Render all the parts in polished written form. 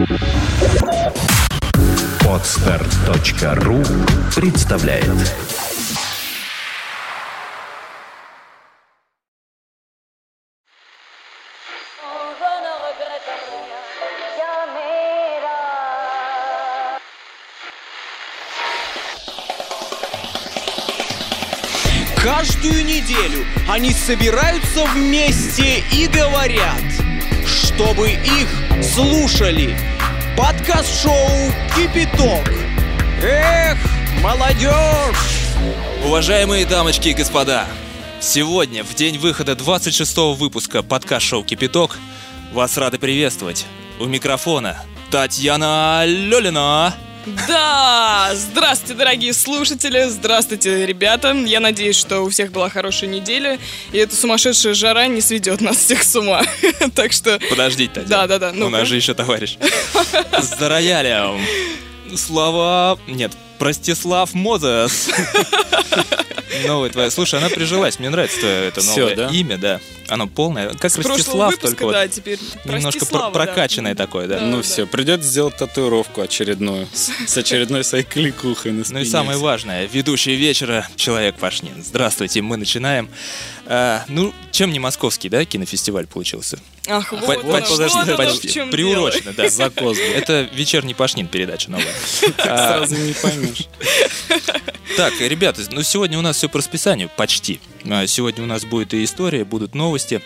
Podster.ru представляет. Каждую неделю они собираются вместе и говорят, чтобы их слушали. Подкаст-шоу «Кипяток». Эх, молодежь! Уважаемые дамочки и господа, сегодня, в день выхода 26-го выпуска подкаст-шоу «Кипяток», вас рады приветствовать. У микрофона Татьяна Лёлина. Да! Здравствуйте, дорогие слушатели! Здравствуйте, ребята! Я надеюсь, что у всех была хорошая неделя, и эта сумасшедшая жара не сведет нас всех с ума. Так что... Подождите, Татьяна. Да. У нас же еще товарищ. С роялем. Слова... Нет, Простислав Мозес. Новая твоя. Слушай, она прижилась. Мне нравится это новое имя, да. Оно полное. Как Ростислав, только вот теперь немножко прокачанное такое, да. Ну все, придется сделать татуировку очередную. С очередной своей кликухой на спине. Ну и самое важное, ведущий вечера Человек Пашнин. Здравствуйте, мы начинаем. Чем не московский, да, кинофестиваль получился? Ах, вот почти приурочено, да. Закозно. Это вечерний Пашнин, передача новая. Сразу не поймешь. Так, ребята, сегодня у нас все по расписанию, почти. Сегодня у нас будет и история, будут новости.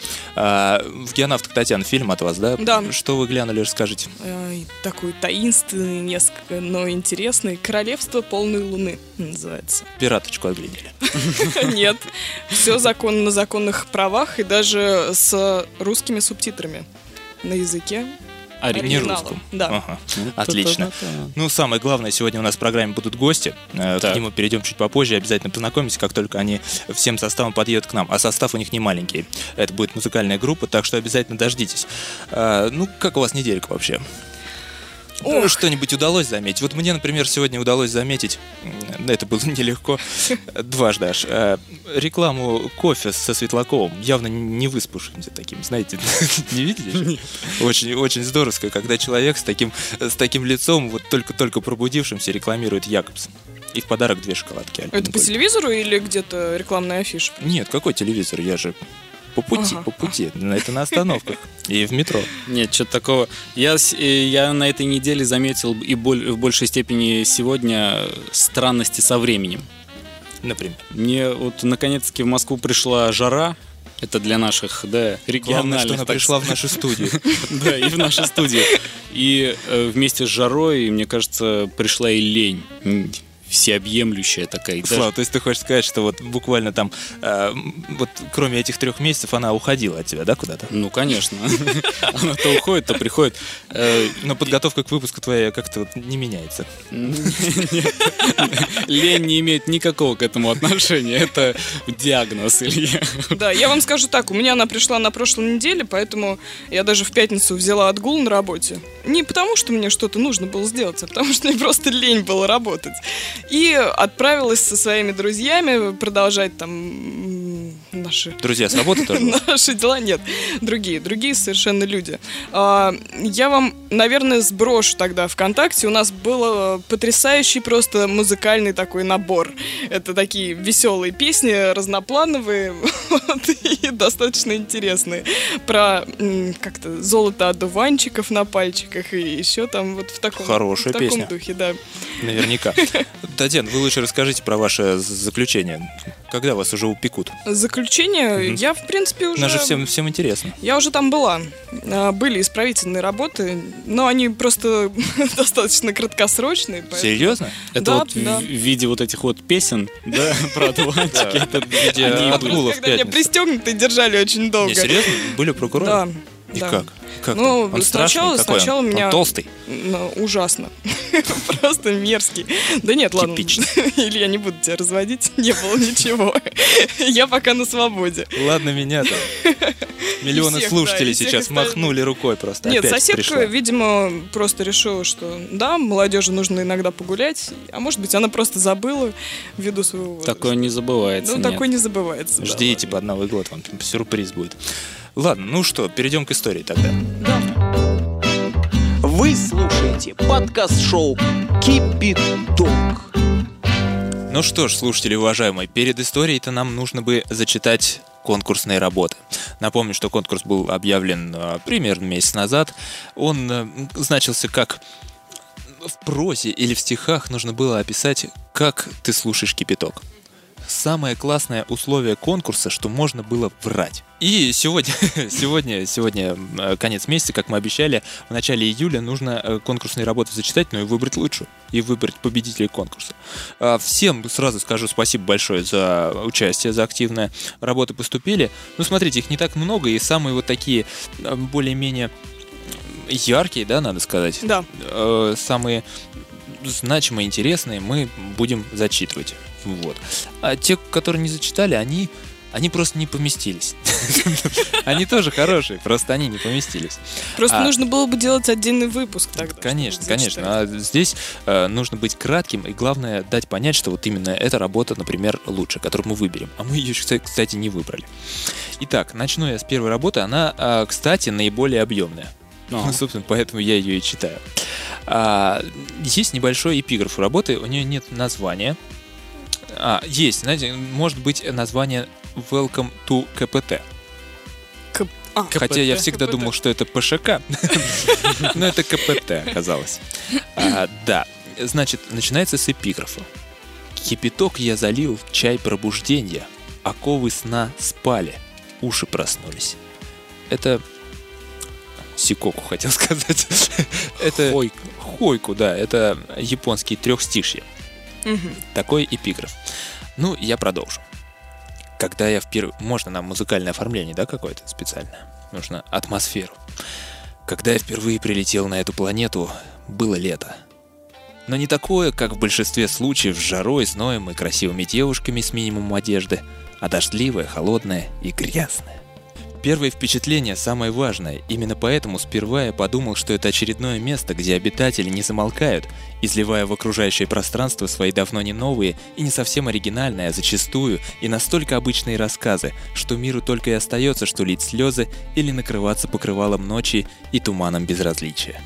В «Геонавтах», Татьяна, фильм от вас, да? Да. Что вы глянули, расскажите? Такой таинственный, несколько, но интересный. «Королевство полной луны» называется. Пираточку отглядели. Нет, все на законных правах и даже с русскими субтитрами на языке. Не русском. Да. Ага. Отлично. Самое главное, сегодня у нас в программе будут гости. К ним мы перейдем чуть попозже. Обязательно познакомимся, как только они всем составом подъедут к нам. А состав у них не маленький. Это будет музыкальная группа, так что обязательно дождитесь. Как у вас неделька вообще? Что-нибудь удалось заметить? Вот мне, например, сегодня удалось заметить, это было нелегко, дважды аж, рекламу кофе со Светлаковым, явно не выспавшимся таким, знаете, не видели? Очень, очень здоровско, когда человек с таким лицом, вот только пробудившимся, рекламирует Якобс. И в подарок 2 шоколадки. Это по телевизору или где-то рекламная афиша? Нет, какой телевизор? Я же... По пути. Это на остановках и в метро. Нет, что-то такого. Я на этой неделе заметил и в большей степени сегодня странности со временем. Например? Мне вот наконец-таки в Москву пришла жара. Это для наших, региональных. Главное, что она пришла в нашу студию. Да, и в нашу студию. И вместе с жарой, мне кажется, пришла и лень. Всеобъемлющая такая. Слава, то есть ты хочешь сказать, что вот буквально там, вот кроме этих 3 месяцев она уходила от тебя, да, куда-то? Ну, конечно. Она то уходит, то приходит. Но подготовка к выпуску твоя как-то вот не меняется. Лень не имеет никакого к этому отношения. Это диагноз, Илья. Да, я вам скажу так, у меня она пришла на прошлой неделе, поэтому я даже в пятницу взяла отгул на работе. Не потому, что мне что-то нужно было сделать, а потому, что мне просто лень было работать. И отправилась со своими друзьями продолжать там наши... Друзья с работы тоже? Наши дела, нет. Другие совершенно люди. Я вам, наверное, сброшу тогда ВКонтакте. У нас был потрясающий просто музыкальный такой набор. Это такие веселые песни, разноплановые и достаточно интересные. Про как-то золото одуванчиков на пальчиках и еще там вот в таком духе, да. Наверняка. Татьяна, вы лучше расскажите про ваше заключение. Когда вас уже упекут? Заключение? Я, в принципе, уже... Нам же всем интересно. Я уже там была. Были исправительные работы, но они просто достаточно краткосрочные. Поэтому... Серьезно? Это в виде вот этих вот песен, да, про одуванчики. Это в виде отгулов в когда меня пристегнутые держали очень долго. Не, серьезно? Были прокуроры? Да. И как? Ну, он страшный? сначала меня... Он толстый? Ужасно. Просто мерзкий. Да нет, ладно. Типично. Илья, не буду тебя разводить. Не было ничего. Я пока на свободе. Ладно, меня-то. Миллионы слушателей сейчас махнули рукой просто. Нет, соседка, видимо, просто решила, что да, молодежи нужно иногда погулять. А может быть, она просто забыла ввиду своего возраста. Такое не забывается. Ну, такое не забывается. Ждите под Новый год, вам сюрприз будет. Ладно, ну что, перейдем к истории тогда. Да. Вы слушаете подкаст-шоу «Кипяток». Ну что ж, слушатели уважаемые, перед историей-то нам нужно бы зачитать конкурсные работы. Напомню, что конкурс был объявлен примерно месяц назад. Он значился как в прозе или в стихах нужно было описать, как ты слушаешь кипяток. Самое классное условие конкурса, что можно было врать. И сегодня конец месяца, как мы обещали, в начале июля нужно конкурсные работы зачитать, но и выбрать лучшую, и выбрать победителей конкурса. Всем сразу скажу спасибо большое за участие, за активное. Работы поступили. Ну, смотрите, их не так много, и самые вот такие более-менее яркие, да, надо сказать. Да. Самые значимые, интересные мы будем зачитывать. Вот. А те, которые не зачитали, они просто не поместились. Они тоже хорошие, просто они не поместились. Просто нужно было бы делать отдельный выпуск тогда. Конечно. А здесь нужно быть кратким, и главное дать понять, что вот именно эта работа, например, лучше, которую мы выберем. А мы ее, кстати, не выбрали. Итак, начну я с первой работы. Она, кстати, наиболее объемная. Собственно, поэтому я ее и читаю. Есть небольшой эпиграф у работы, у нее нет названия. Есть, знаете, может быть название Welcome to КПТ. Хотя я всегда думал, что это ПШК. Но это КПТ оказалось. Да, значит, начинается с эпиграфа. Кипяток я залил в чай пробуждения, оковы сна спали, уши проснулись. Это сикоку хотел сказать. Это хойку, да, это японские трехстишья. Такой эпиграф. Ну, я продолжу. Когда я впервые... Можно нам музыкальное оформление, да, какое-то специальное? Нужно атмосферу. Когда я впервые прилетел на эту планету, было лето. Но не такое, как в большинстве случаев, с жарой, зноем и красивыми девушками с минимумом одежды, а дождливое, холодное и грязное. Первое впечатление самое важное, именно поэтому сперва я подумал, что это очередное место, где обитатели не замолкают, изливая в окружающее пространство свои давно не новые и не совсем оригинальные, а зачастую и настолько обычные рассказы, что миру только и остается, что лить слезы или накрываться покрывалом ночи и туманом безразличия.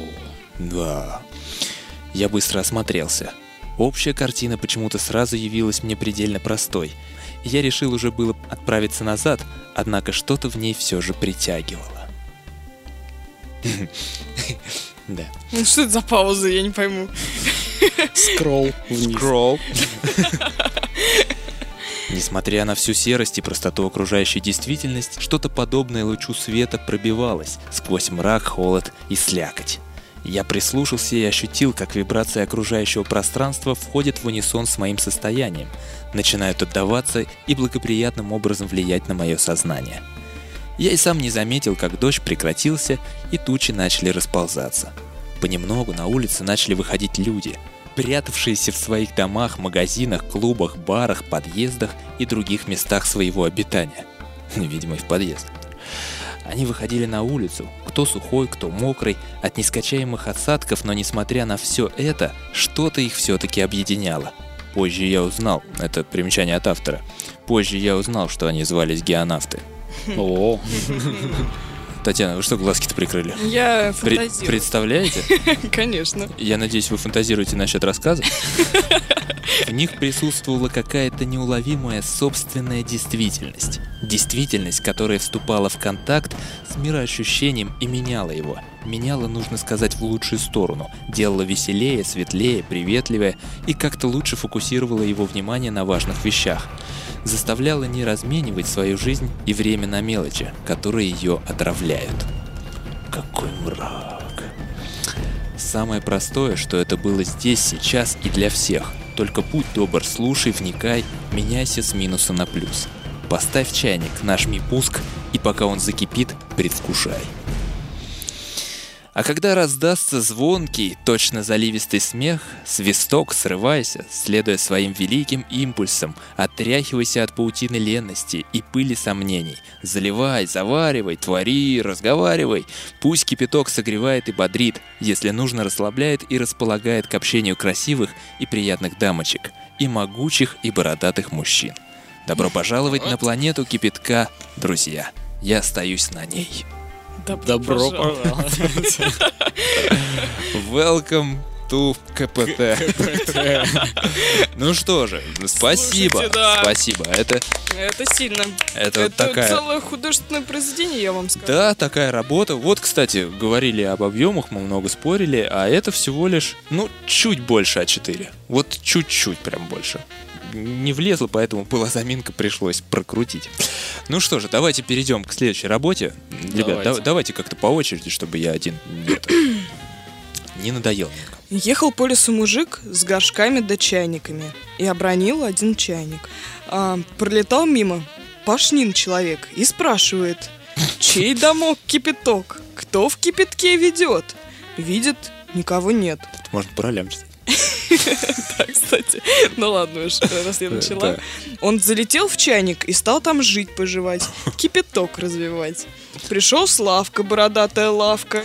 Да. Я быстро осмотрелся. Общая картина почему-то сразу явилась мне предельно простой. Я решил уже было отправиться назад, однако что-то в ней все же притягивало. Да. Ну что это за пауза, я не пойму. Скролл вниз. Скролл. Несмотря на всю серость и простоту окружающей действительности, что-то подобное лучу света пробивалось сквозь мрак, холод и слякоть. Я прислушался и ощутил, как вибрации окружающего пространства входят в унисон с моим состоянием, начинают отдаваться и благоприятным образом влиять на мое сознание. Я и сам не заметил, как дождь прекратился и тучи начали расползаться. Понемногу на улице начали выходить люди, прятавшиеся в своих домах, магазинах, клубах, барах, подъездах и других местах своего обитания. Видимо, и в подъездах. Они выходили на улицу, кто сухой, кто мокрый, от нескончаемых осадков, но несмотря на все это, что-то их все-таки объединяло. Позже я узнал, это примечание от автора, позже я узнал, что они звались геонавты. О. Татьяна, вы что глазки-то прикрыли? Я фантазирую. Представляете? Конечно. Я надеюсь, вы фантазируете насчет рассказа? В них присутствовала какая-то неуловимая собственная действительность. Действительность, которая вступала в контакт с мироощущением и меняла его. Меняла, нужно сказать, в лучшую сторону. Делала веселее, светлее, приветливее и как-то лучше фокусировала его внимание на важных вещах. Заставляла не разменивать свою жизнь и время на мелочи, которые ее отравляют. Какой мрак. Самое простое, что это было здесь, сейчас и для всех. Только будь добр, слушай, вникай, меняйся с минуса на плюс. Поставь чайник, нажми пуск, и пока он закипит, предвкушай. А когда раздастся звонкий, точно заливистый смех, свисток, срывайся, следуя своим великим импульсам, отряхивайся от паутины ленности и пыли сомнений. Заливай, заваривай, твори, разговаривай. Пусть кипяток согревает и бодрит, если нужно расслабляет и располагает к общению красивых и приятных дамочек, и могучих и бородатых мужчин. Добро пожаловать на планету кипятка, друзья. Я остаюсь на ней. Добро пожаловать. Welcome to КПТ. Ну что же, спасибо. Слушайте, да. Спасибо. Это сильно. Это вот такая... целое художественное произведение, я вам скажу. Да, такая работа. Вот, кстати, говорили об объемах, мы много спорили, а это всего лишь, чуть больше А4. Вот чуть-чуть прям больше. Не влезло, поэтому была заминка, пришлось прокрутить. Ну что же, давайте перейдем к следующей работе. Ребят, давайте как-то по очереди, чтобы я один не надоел. Ехал по лесу мужик с горшками да чайниками и обронил один чайник. Пролетал мимо пашнин человек и спрашивает: чей домок кипяток? Кто в кипятке ведет? Видит, никого нет. Можно по ролям читать. Да, кстати. Ну ладно уж, раз я начала. Он залетел в чайник и стал там жить-поживать, кипяток развивать. Пришел Славка, бородатая лавка.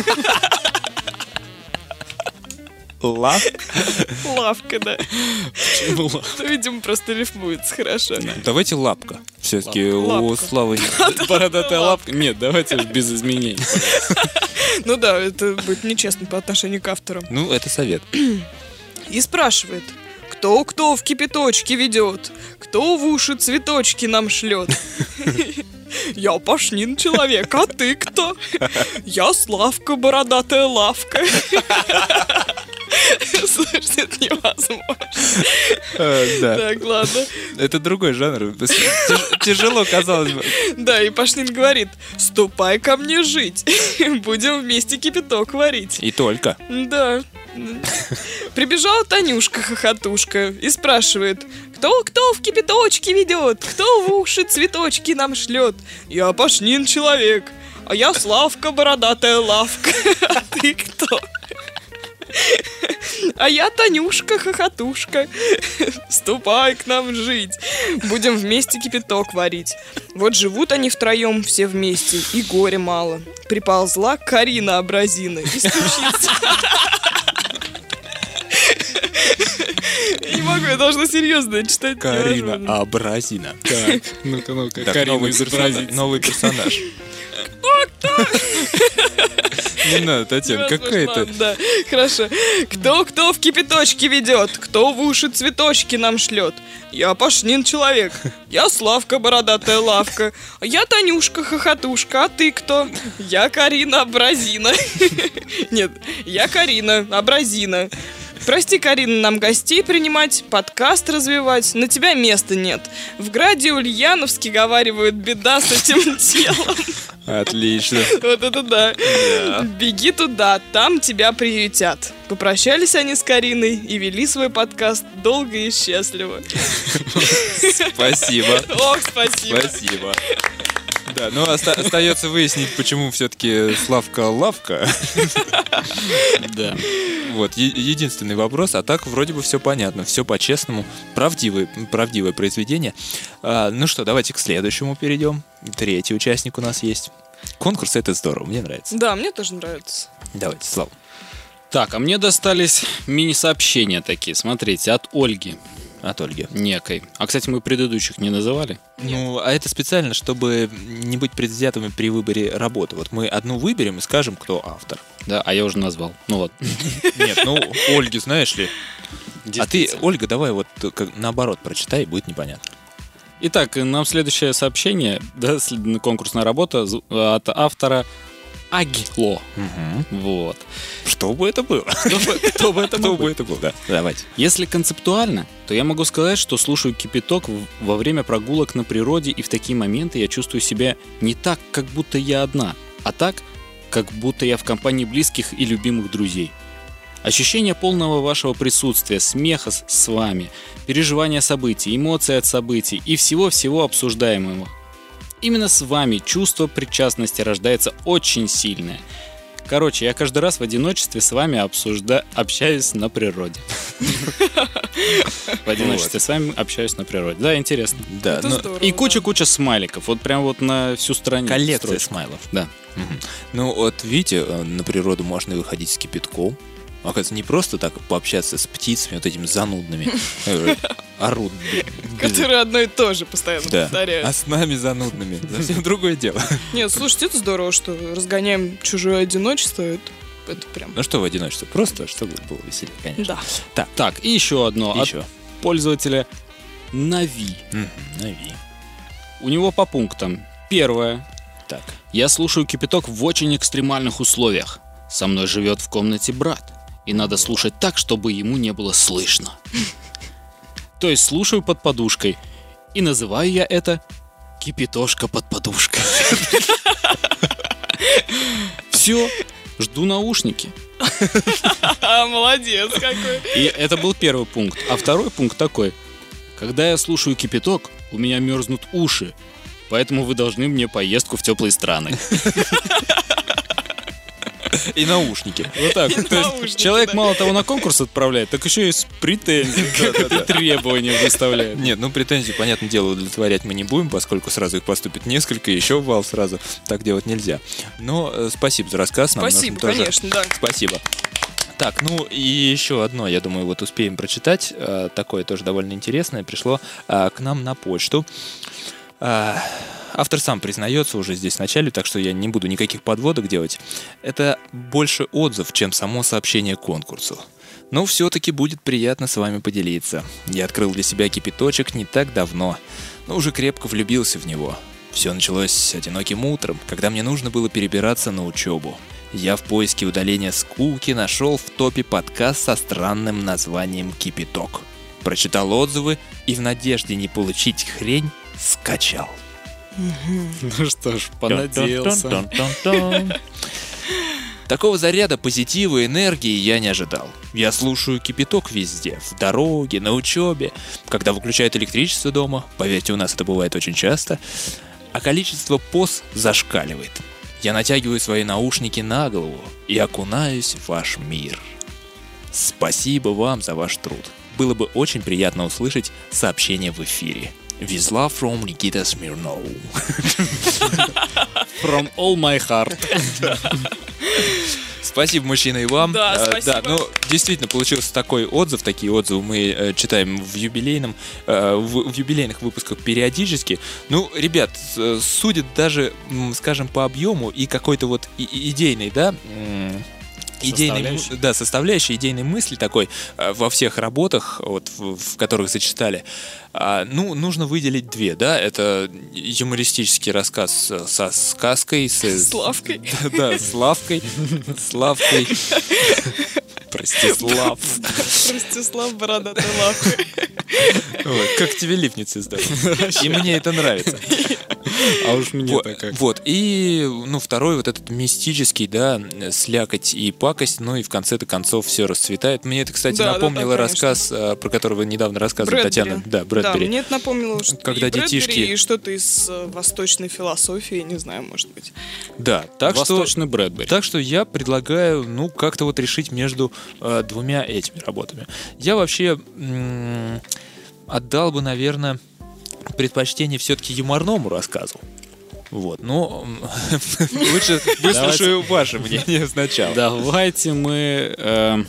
Лавка, да. Почему лавка? Ну, видимо, просто рифмуется хорошо. Давайте лапка. Все-таки у Славы... Бородатая лапка? Нет, давайте без изменений. Ну да, это будет нечестно по отношению к автору. Ну, это совет. И спрашивает: кто в кипяточке ведет? Кто в уши цветочки нам шлет? Я пашнин человек, а ты кто? Я Славка, бородатая лавка. Слушайте, это невозможно. Да. Так, ладно. Это другой жанр. Тяжело, казалось бы. Да, и Пашнин говорит: ступай ко мне жить, будем вместе кипяток варить. И только. Да. Прибежала Танюшка-хохотушка и спрашивает: кто в кипяточке ведет? Кто в уши цветочки нам шлет? Я Пашнин человек, а я Славка, бородатая лавка. А ты кто? А я Танюшка-хохотушка. Ступай к нам жить, будем вместе кипяток варить. Вот живут они втроем все вместе, и горя мало. Приползла Карина Абразина и стучится. Не могу, я должна серьезно читать. Карина Абразина. Так, ну-ка, Карина изобразить. Новый персонаж. Не надо, Татьяна, какая-то... Да, хорошо. Кто в кипяточке ведет? Кто в уши цветочки нам шлет? Я Пашнин человек. Я Славка, бородатая лавка. Я Танюшка-хохотушка. А ты кто? Я Карина Абразина. Нет, я Карина Абразина. Прости, Карина, нам гостей принимать, подкаст развивать. На тебя места нет. В граде Ульяновске, говаривают, беда с этим телом. Отлично. Вот это да. Беги туда, там тебя приютят. Попрощались они с Кариной и вели свой подкаст долго и счастливо. Спасибо. Ох, спасибо. Спасибо. Да, но остается выяснить, почему все-таки Славка лавка. Да. Вот, единственный вопрос, а так вроде бы все понятно, все по-честному, правдивое произведение. Ну что, давайте к следующему перейдем. Третий участник у нас есть. Конкурс — это здорово, мне нравится. Да, мне тоже нравится. Давайте, Слава. Так, а мне достались мини-сообщения такие, смотрите, от Ольги. От Ольги. Некой. А, кстати, мы предыдущих не называли. Ну, а это специально, чтобы не быть предвзятыми при выборе работы. Вот мы одну выберем и скажем, кто автор. Да, а я уже назвал. Ну вот. Нет, Ольги, знаешь ли. А ты, Ольга, давай вот наоборот прочитай, будет непонятно. Итак, нам следующее сообщение, да, конкурсная работа от автора Агило. Вот. Что бы это было? Кто бы это был? Да, давайте. Если концептуально, то я могу сказать, что слушаю кипяток во время прогулок на природе, и в такие моменты я чувствую себя не так, как будто я одна, а так, как будто я в компании близких и любимых друзей. Ощущение полного вашего присутствия, смеха с вами, переживания событий, эмоций от событий и всего-всего обсуждаемого. Именно с вами чувство причастности рождается очень сильное. Короче, я каждый раз в одиночестве с вами общаюсь на природе. В одиночестве с вами общаюсь на природе. Да, интересно. Да. И куча-куча смайликов. Вот прям вот на всю страницу. Коллекция смайлов. Да. Ну вот видите, на природу можно выходить с кипятком. Оказывается, не просто так пообщаться с птицами, вот этими занудными, орут. Которые одно и то же постоянно повторяют. А с нами занудными. Совсем другое дело. Нет, слушайте, это здорово, что разгоняем чужое одиночество. Это прям... Ну что в одиночестве? Просто, чтобы было веселее, конечно. Да. Так, и еще одно от пользователя Нави. Нави. У него по пунктам. Первое. Так. Я слушаю кипяток в очень экстремальных условиях. Со мной живет в комнате брат. И надо слушать так, чтобы ему не было слышно. То есть слушаю под подушкой. И называю я это кипятошка под подушкой. Все, жду наушники. Молодец какой. И это был первый пункт. А второй пункт такой. Когда я слушаю кипяток, у меня мерзнут уши. Поэтому вы должны мне поездку в теплые страны. И наушники. Вот так. То есть человек мало того на конкурс отправляет, так еще и с претензией, требования выставляет. Нет, ну претензии, понятное дело, удовлетворять мы не будем, поскольку сразу их поступит несколько, еще вал сразу. Так делать нельзя. Но спасибо за рассказ. Спасибо, конечно, да. Спасибо. Так, ну и еще одно, я думаю, вот успеем прочитать. Такое тоже довольно интересное. Пришло к нам на почту. Автор сам признается уже здесь в начале, так что я не буду никаких подводок делать. Это больше отзыв, чем само сообщение к конкурсу. Но все-таки будет приятно с вами поделиться. Я открыл для себя кипяточек не так давно, но уже крепко влюбился в него. Все началось одиноким утром, когда мне нужно было перебираться на учебу. Я в поиске удаления скуки нашел в топе подкаст со странным названием «Кипяток». Прочитал отзывы и в надежде не получить хрень скачал. Ну что ж, понадеялся. Такого заряда позитива и энергии я не ожидал. Я слушаю кипяток везде, в дороге, на учебе, когда выключают электричество дома, поверьте, у нас это бывает очень часто, а количество поз зашкаливает. Я натягиваю свои наушники на голову и окунаюсь в ваш мир. Спасибо вам за ваш труд. Было бы очень приятно услышать сообщение в эфире. With love from Nikita Smirnov. From all my heart. Спасибо, мужчина, и вам. Да, спасибо. Да, ну, действительно, получился такой отзыв. Такие отзывы мы читаем в юбилейных выпусках периодически. Ну, ребят, судят даже, скажем, по объему и какой-то вот идейной, да, составляющей идейной мысли такой во всех работах, вот, в которых зачитали. Ну, нужно выделить две, да, это юмористический рассказ со сказкой. Славкой. Да, Славкой. Простислав. Простислав бородатый лапкой. Как тебе липницы сдали. И мне это нравится. А уж мне-то как. Вот, и, ну, второй вот этот мистический, да, слякоть и пакость, ну и в конце-то концов все расцветает. Мне это, кстати, напомнило рассказ, про который вы недавно рассказывали, Татьяна. Да, Брэдбери. Да, мне это напомнило, что когда и Брэдбери, детишки... и что-то из восточной философии, не знаю, может быть. Да, так Восточный Брэдбери. Так что я предлагаю, ну, как-то вот решить между двумя этими работами. Я вообще отдал бы, наверное, предпочтение все-таки юморному рассказу. Вот, но лучше выслушаю ваше мнение сначала. Давайте мы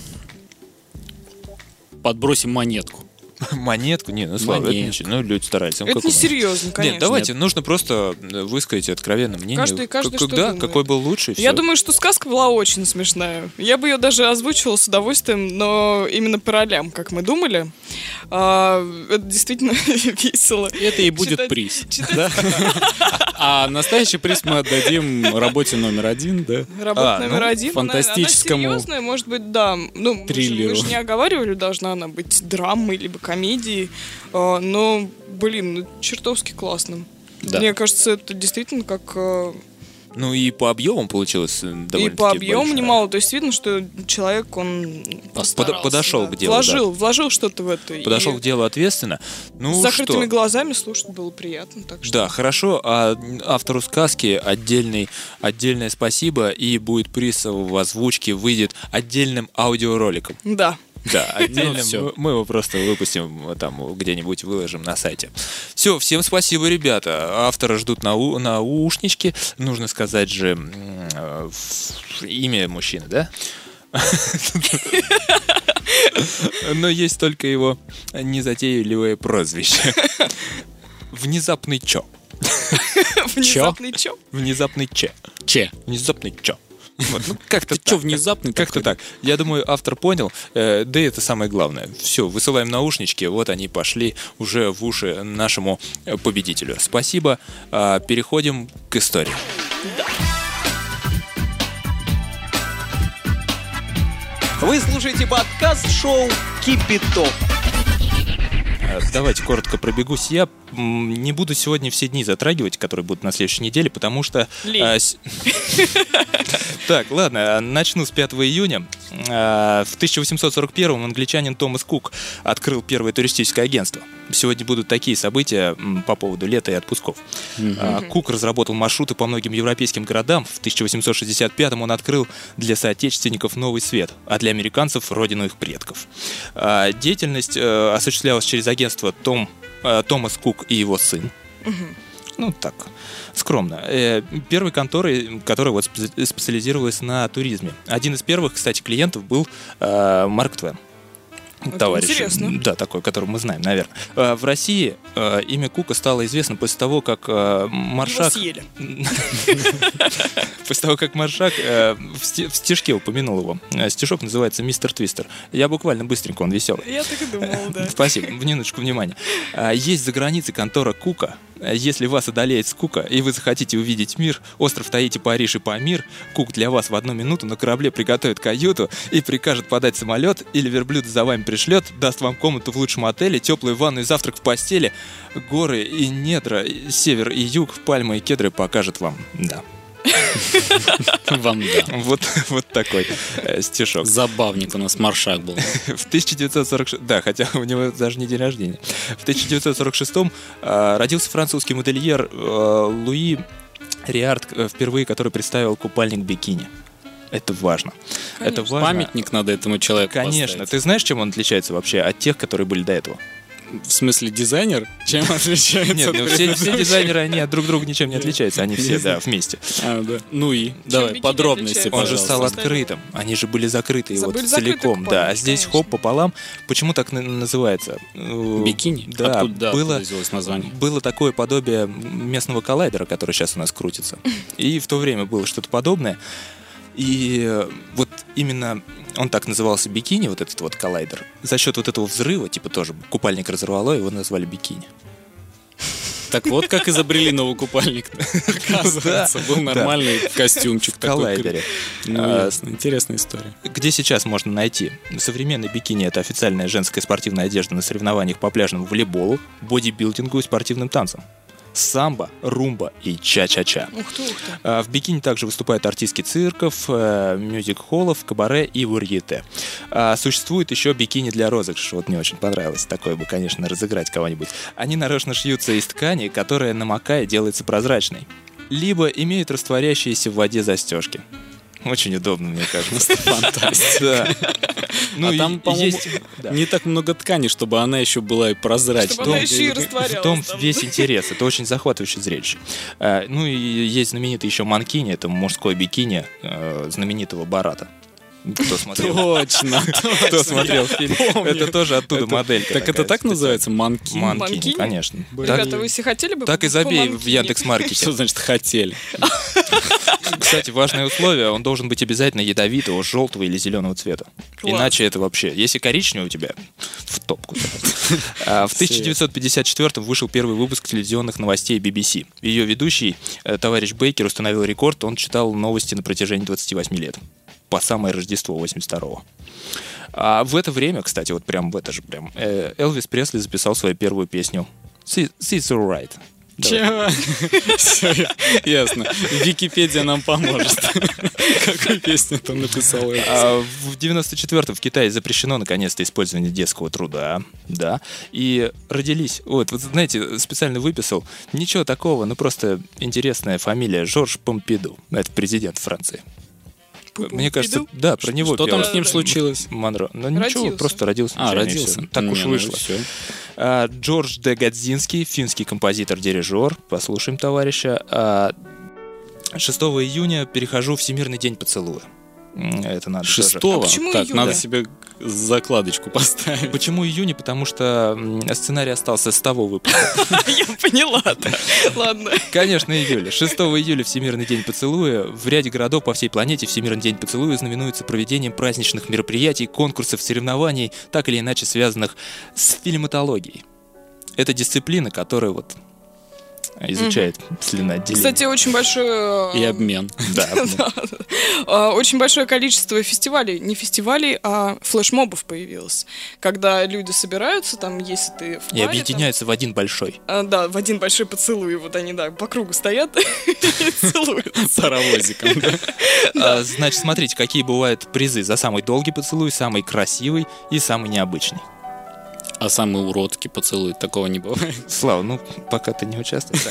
подбросим монетку. Монетку? Не, ну слава, это ничего. Ну, люди стараются. Это не серьезно, конечно. Нет, давайте, нужно просто высказать откровенное мнение. Каждый что думает. Какой был лучше, Я думаю, что сказка была очень смешная. Я бы ее даже озвучивала с удовольствием, но именно по ролям, как мы думали. Это действительно весело. Это и будет приз. А настоящий приз мы отдадим работе номер 1, да? Работа номер 1. Фантастическому она серьезная, может быть, да. Ну, триллеру. Мы же не оговаривали, должна она быть драмой, либо комедией. Но, блин, чертовски классно. Да. Мне кажется, это действительно как... Ну и по объемам получилось довольно-таки и по объему большое. немало. То есть видно, что человек, он подошел к делу. Вложил что-то в это. Подошел к делу ответственно. Ну, с закрытыми глазами слушать было приятно. Так что... Да, хорошо. А автору сказки отдельное спасибо. И будет приз в озвучке, выйдет отдельным аудиороликом. Да. Да, отдельно мы его просто выпустим там где-нибудь, выложим на сайте. Все, всем спасибо, ребята. Автора ждут наушнички. Нужно сказать же имя мужчины, да? Но есть только его незатейливое прозвище. Внезапный чё. Внезапный чё? Внезапный че. Внезапный чё. Вот, ну, как-то Ты чё, внезапный? Как-то так. Я думаю, автор понял. Да и это самое главное. Все, высылаем наушнички. Вот они пошли уже в уши нашему победителю. Спасибо. Переходим к истории. Вы слушаете подкаст-шоу «Кипяток». Давайте коротко пробегусь. Я не буду сегодня все дни затрагивать, которые будут на следующей неделе, потому что... Так, ладно, начну с 5 июня. В 1841-м англичанин Томас Кук открыл первое туристическое агентство. Сегодня будут такие события по поводу лета и отпусков. Кук разработал маршруты по многим европейским городам. В 1865-м он открыл для соотечественников Новый Свет, а для американцев — родину их предков. Деятельность осуществлялась через агентство Томас Кук и его сын. Ну, так, скромно. Первой конторой, которая вот специализировалась на туризме. Один из первых, кстати, клиентов был Марк Твен. Товарищ. Интересно. Да, такой, которого мы знаем, наверное. В России имя Кука стало известно после того, как Маршак... Его съели. После того, как Маршак в стишке упомянул его. Стишок называется «Мистер Твистер». Я буквально быстренько, он веселый. Я так и думала, да. Спасибо, в минуточку внимания. Есть за границей контора Кука. Если вас одолеет скука, и вы захотите увидеть мир, остров Таити, Париж и Памир, Кук для вас в 1 минуту на корабле приготовит каюту и прикажет подать самолет, или верблюд за вами пришлет, даст вам комнату в лучшем отеле, теплую ванну и завтрак в постели, горы и недра, север и юг, пальмы и кедры покажет вам. Да. Вам да. Вот такой стишок. Забавник у нас Маршак был. В 1946... Да, хотя у него даже не день рождения. В 1946-м родился французский модельер Луи Риард, впервые который представил купальник бикини. Это важно. Это важно. Памятник надо этому человеку Конечно. поставить. Ты знаешь, чем он отличается вообще от тех, которые были до этого? В смысле, дизайнер? Чем отличается? Нет, ну, все дизайнеры, они от друг друга ничем не отличаются. Они все, да, вместе. Да. Ну и? Давай, бикини подробности, отличается? Он же пожалуйста. стал открытым. Они же были закрыты вот Были закрыты целиком. Да, а купальники, здесь конечно. хоп пополам. Почему так называется? Бикини? Да, Откуда было взялось название? Было такое подобие местного коллайдера, который сейчас у нас крутится. И в то время было что-то подобное. И вот именно он так назывался бикини, вот этот вот коллайдер. За счет вот этого взрыва, типа тоже купальник разорвало, его назвали бикини. Так вот, как изобрели новый купальник. Оказывается, был нормальный костюмчик В такой. коллайдере. Ну, ясно. Интересная история. Где сейчас можно найти? Современный бикини — это официальная женская спортивная одежда на соревнованиях по пляжному волейболу, бодибилдингу и спортивным танцам. Самбо, румба и ча-ча-ча. Ух ты. В бикини также выступают артистки цирков, мюзик-холлов, кабаре и варьете. Существует еще бикини для розыгрыша. Вот мне очень понравилось. Такое бы, конечно, разыграть кого-нибудь. Они нарочно шьются из ткани, которая, намокая, делается прозрачной. Либо имеют растворяющиеся в воде застежки. Очень удобно, мне кажется. Фантастика. Да. Ну, А там, по-моему, не так много ткани, чтобы она еще была и прозрачной. Чтобы она еще и растворялась. В том там. весь интерес. Это очень захватывающее зрелище. Ну и есть знаменитый еще манкини. Это мужское бикини знаменитого Барата. Кто смотрел? Точно. Кто смотрел фильм? Помню. Это тоже оттуда моделька. Так это так называется? Манкин? Манкини, Манкини? конечно. Ребята, вы все хотели бы Так и по забей в манкине? Яндекс.Маркете. Что значит хотели? Кстати, важное условие, он должен быть обязательно ядовитого, желтого или зеленого цвета. Класс. Иначе это вообще... Если коричневый у тебя, в топку. В 1954-м вышел первый выпуск телевизионных новостей BBC. Ее ведущий, товарищ Бейкер, установил рекорд. Он читал новости на протяжении 28 лет. По самое Рождество 82-го. А в это время, кстати, вот прям в это же прям, Элвис Пресли записал свою первую песню «It's alright». Чего? Все, ясно. Википедия нам поможет. Какую песню там написал? В 94-м в Китае запрещено наконец-то использование детского труда, да, и родились, вот знаете, специально выписал, ничего такого, ну просто интересная фамилия Жорж Помпиду, это президент Франции. Мне кажется, да, про него Что там пела с ним случилось? Монро. Ну ничего, Родился. просто родился. А, случайно, и родился. всё. Так уж вышло. Все. Джордж Де Гадзинский, финский композитор-дирижер. Послушаем товарища. 6 июня перехожу Всемирный день поцелуя. Это надо 6-го? А почему Так, июля? надо себе закладочку поставить. Почему июня? Потому что сценарий остался с того выпуска. Я поняла, да. Ладно. Конечно, июля. 6 июля Всемирный день поцелуя. В ряде городов по всей планете Всемирный день поцелуя знаменуется проведением праздничных мероприятий, конкурсов, соревнований, так или иначе связанных с фильматологией. Это дисциплина, которая вот изучает слюноотделение. Кстати, очень большое... И обмен. Да. Очень большое количество фестивалей, не фестивалей, а флешмобов появилось. Когда люди собираются, там, если ты в паре... И объединяются в один большой. Да, в один большой поцелуй. Вот они, да, по кругу стоят и целуются. Паровозиком, да? Значит, смотрите, какие бывают призы за самый долгий поцелуй, самый красивый и самый необычный. А самый уродский поцелуй, такого не бывает. Слава, ну, пока ты не участвуешь.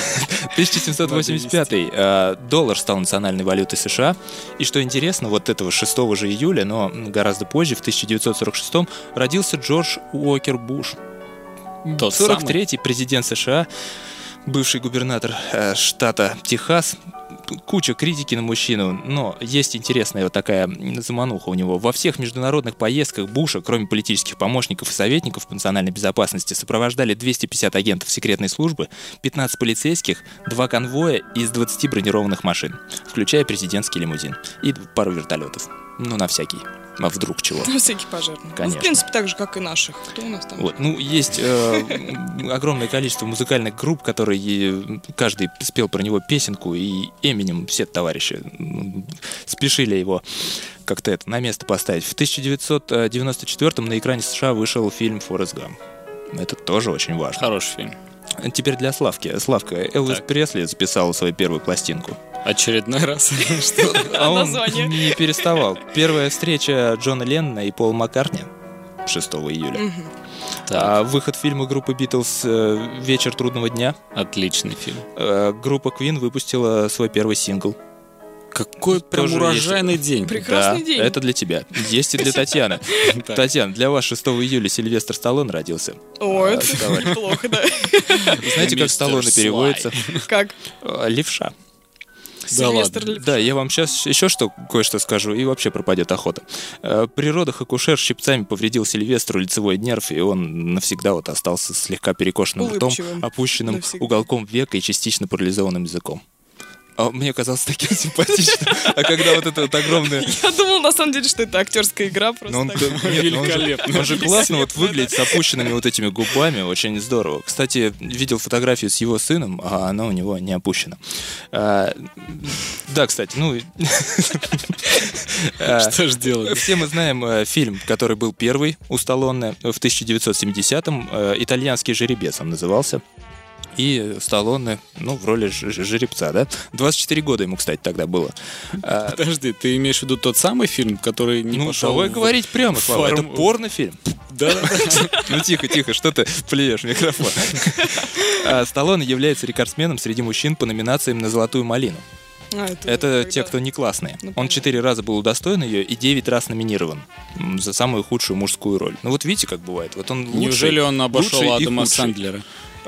1785 доллар стал национальной валютой США. И что интересно, вот этого 6 же июля, но гораздо позже, в 1946 родился Джордж Уокер Буш. Тот самый. 43-й президент США, бывший губернатор штата Техас. Куча критики на мужчину, но есть интересная вот такая замануха у него. Во всех международных поездках Буша, кроме политических помощников и советников по национальной безопасности, сопровождали 250 агентов секретной службы, 15 полицейских, 2 конвоя из 20 бронированных машин, включая президентский лимузин и пару вертолетов. Ну, на всякий. А вдруг чего? На всякий пожарный. Ну, Конечно. в принципе, так же, как и наших. Кто у нас там? Вот. Ну, есть огромное количество музыкальных групп, которые каждый спел про него песенку, и Эминем, все товарищи спешили его как-то это на место поставить. В 1994-м на экране США вышел фильм «Форрест Гамп». Это тоже очень важно. Хороший фильм. Теперь для Славки. Славка, Элвис Так. Пресли записал свою первую пластинку. Очередной раз. А он Название. не переставал. Первая встреча Джона Леннона и Пола Маккартни 6 июля. А выход фильма группы Битлз «Вечер трудного дня». Отличный фильм. Группа Queen выпустила свой первый сингл. Какой прям Тоже урожайный день. Прекрасный Да, день. это для тебя. Есть и для Татьяны. Так. Татьяна, для вас 6 июля Сильвестр Сталлоне родился. О, это товарищ. неплохо, да. Знаете, как Мистер Сталлоне Слай. переводится? Как? Левша. Сильвестр ладно. Лев. Да, я вам сейчас еще кое-что скажу, и вообще пропадет охота. При родах акушер щипцами повредил Сильвестру лицевой нерв, и он навсегда вот остался слегка перекошенным ртом, Улыбчивым. опущенным Навсегда. уголком века и частично парализованным языком. А мне казалось таким симпатичным. А когда вот это вот огромное... Я думал, на самом деле, что это актерская игра просто. Ну, он, так. нет, ну, он же- Великолепно. он же классно вот выглядит с опущенными вот этими губами, очень здорово. Кстати, видел фотографию с его сыном, а она у него не опущена. Да, кстати, ну... Что ж делать? Все мы знаем фильм, который был первый у Сталлоне в 1970-м, «Итальянский жеребец» он назывался. И Сталлоне, ну, в роли жеребца, да? 24 года ему, кстати, тогда было. Подожди, ты имеешь в виду тот самый фильм, который не Ну, пошел давай в- говорить прямо, Слава, это форму- порнофильм. Да, Ну, тихо, что ты плюешь в микрофон? Сталлоне является рекордсменом среди мужчин по номинациям на «Золотую малину». Это когда- те, кто не классные. Ну, Он понятно. 4 раза был удостоен ее и 9 раз номинирован за самую худшую мужскую роль. Ну вот видите, как бывает. Вот он лучший, Неужели он обошел лучший и Адама худший. Сэндлера?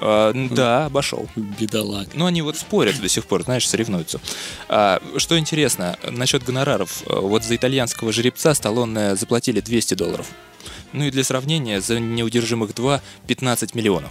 Да, обошел. Бедолаг. Но они вот спорят до сих пор, знаешь, соревнуются. Что интересно, насчет гонораров. Вот за «Итальянского жеребца» Сталлоне заплатили $200. Ну и для сравнения, за «Неудержимых 2» 15 миллионов.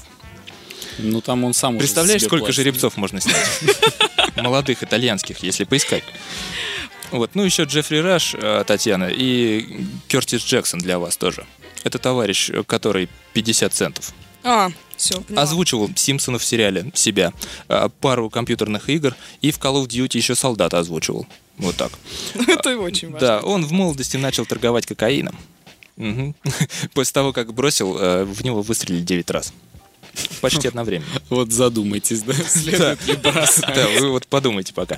Ну там он сам уже Представляешь, себе сколько платит. жеребцов можно снять? Молодых итальянских, если поискать. Вот, ну еще Джеффри Раш, Татьяна, и Кертис Джексон для вас тоже. Это товарищ, который 50 центов. Все, поняла. Озвучивал Симпсонов в сериале себя, пару компьютерных игр, и в Call of Duty еще солдата озвучивал. Вот так. Это очень важно. Да, он в молодости начал торговать кокаином. Мгм. После того, как бросил, в него выстрелили 9 раз. Почти одновременно. Вот задумайтесь, да, следует ли бросать. Да, вы вот подумайте пока.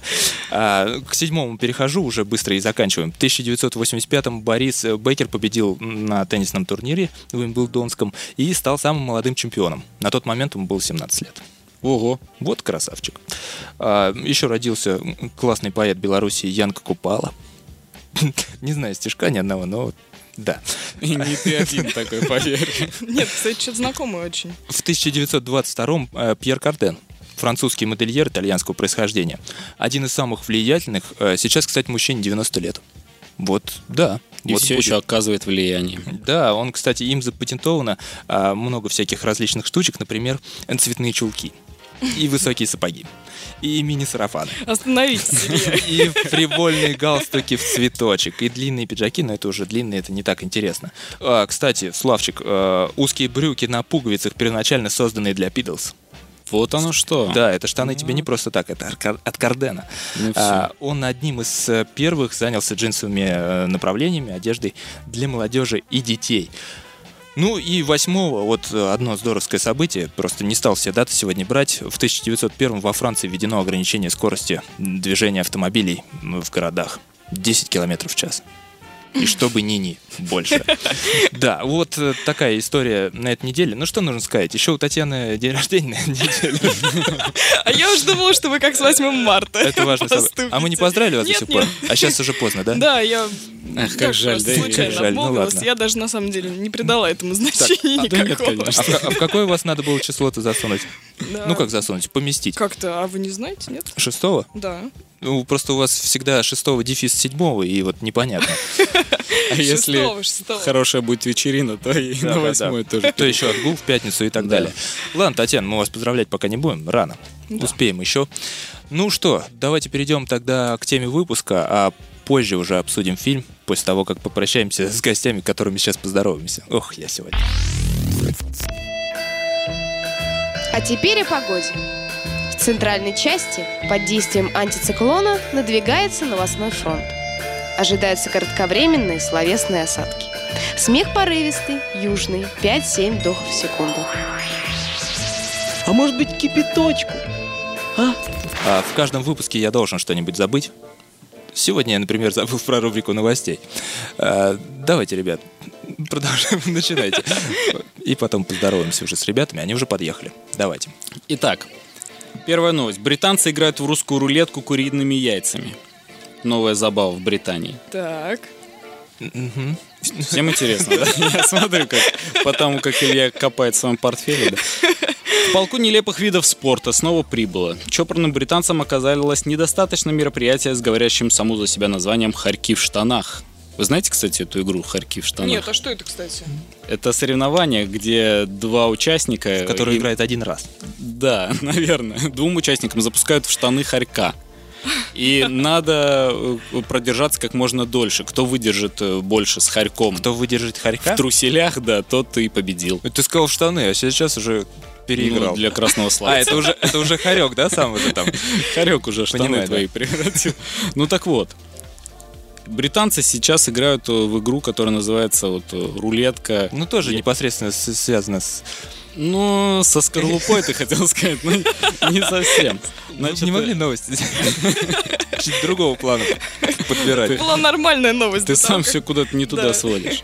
К 7-му перехожу, уже быстро и заканчиваем. В 1985-м Борис Беккер победил на теннисном турнире в Уимблдонском и стал самым молодым чемпионом. На тот момент ему было 17 лет. Ого. Вот красавчик. Еще родился классный поэт Беларуси Янка Купала. Не знаю стишка ни одного, но да. И не ты один такой, поверь. Нет, кстати, что-то знакомый очень. В 1922-м Пьер Карден, французский модельер итальянского происхождения. Один из самых влиятельных. Сейчас, кстати, мужчине 90 лет. Вот, да. И вот все будет. еще оказывает влияние. Да, он, кстати, им запатентовано много всяких различных штучек, например, цветные чулки и высокие сапоги, и мини-сарафаны, Остановитесь, Илья. и фривольные галстуки в цветочек, и длинные пиджаки, но это уже длинные, это не так интересно. Кстати, Славчик, узкие брюки на пуговицах первоначально созданные для Пидлз. Вот оно что. Да, это штаны тебе не просто так, это от Кардена. Ну, всё. Он одним из первых занялся джинсовыми направлениями, одеждой для молодежи и детей. Ну и 8-го, вот одно здоровское событие, просто не стал все даты сегодня брать. В 1901 во Франции введено ограничение скорости движения автомобилей в городах. 10 км в час. И чтобы ни-ни больше. Да, вот такая история на этой неделе. Ну что нужно сказать? Еще у Татьяны день рождения на этой неделе. А я уж думала, что вы как с 8 марта. Это важно. поступите. А мы не поздравили вас до Нет, сих пор? нет. А сейчас уже поздно, да? Да, я... Ах, как жаль, просто да? случайно Как жаль, ну обмолвилась. ладно. Я даже на самом деле не придала этому значения да нет, никакого. конечно. А в какое у вас надо было число-то засунуть? Да. Ну как засунуть? Поместить. Как-то, а вы не знаете, нет? 6-го? Да. Ну, просто у вас всегда 6-го дефис 7-го, и вот непонятно. А если Шестого. хорошая будет вечерина, то и Да, на да, 8 да. тоже. То еще отгул в пятницу и так Да. далее. Ладно, Татьяна, мы вас поздравлять пока не будем, рано. Да. Успеем еще. Ну что, давайте перейдем тогда к теме выпуска, а позже уже обсудим фильм, после того, как попрощаемся с гостями, которыми сейчас поздороваемся. Ох, я сегодня. А теперь о погоде. В центральной части под действием антициклона надвигается новостной фронт. Ожидаются кратковременные словесные осадки. Смех порывистый, южный, 5-7 вдохов в секунду. А может быть, кипяточку? А в каждом выпуске я должен что-нибудь забыть. Сегодня я, например, забыл про рубрику новостей. Давайте, ребят, продолжаем, начинайте. И потом поздороваемся уже с ребятами, они уже подъехали. Давайте. Итак, первая новость. Британцы играют в русскую рулетку куриными яйцами. Новая забава в Британии. Так. Всем интересно, да? Я смотрю, потому как Илья копает в своем портфеле, да? В полку нелепых видов спорта снова прибыло. Чопорным британцам оказалось недостаточно мероприятия с говорящим саму за себя названием «Хорьки в штанах». Вы знаете, кстати, эту игру «Хорьки в штанах»? Нет, а что это, кстати? Это соревнование, где два участника... Который играет один раз. Да, наверное. Двум участникам запускают в штаны хорька. И надо продержаться как можно дольше. Кто выдержит больше с хорьком Кто выдержит хорька? в труселях, да, тот и победил. Ты сказал в штаны, а сейчас уже переиграл. Ну, для красного А, слова. это уже хорек, да, сам уже там? Хорек уже штаны Понимаю, твои да. превратил. Ну так вот. Британцы сейчас играют в игру, которая называется вот рулетка. Ну, тоже непосредственно связано с... Ну, со скорлупой ты хотел сказать, но не совсем. Значит, Не могли новости чуть другого плана подбирать. Была нормальная новость. Ты до того, сам как- все куда-то не туда Да. сводишь.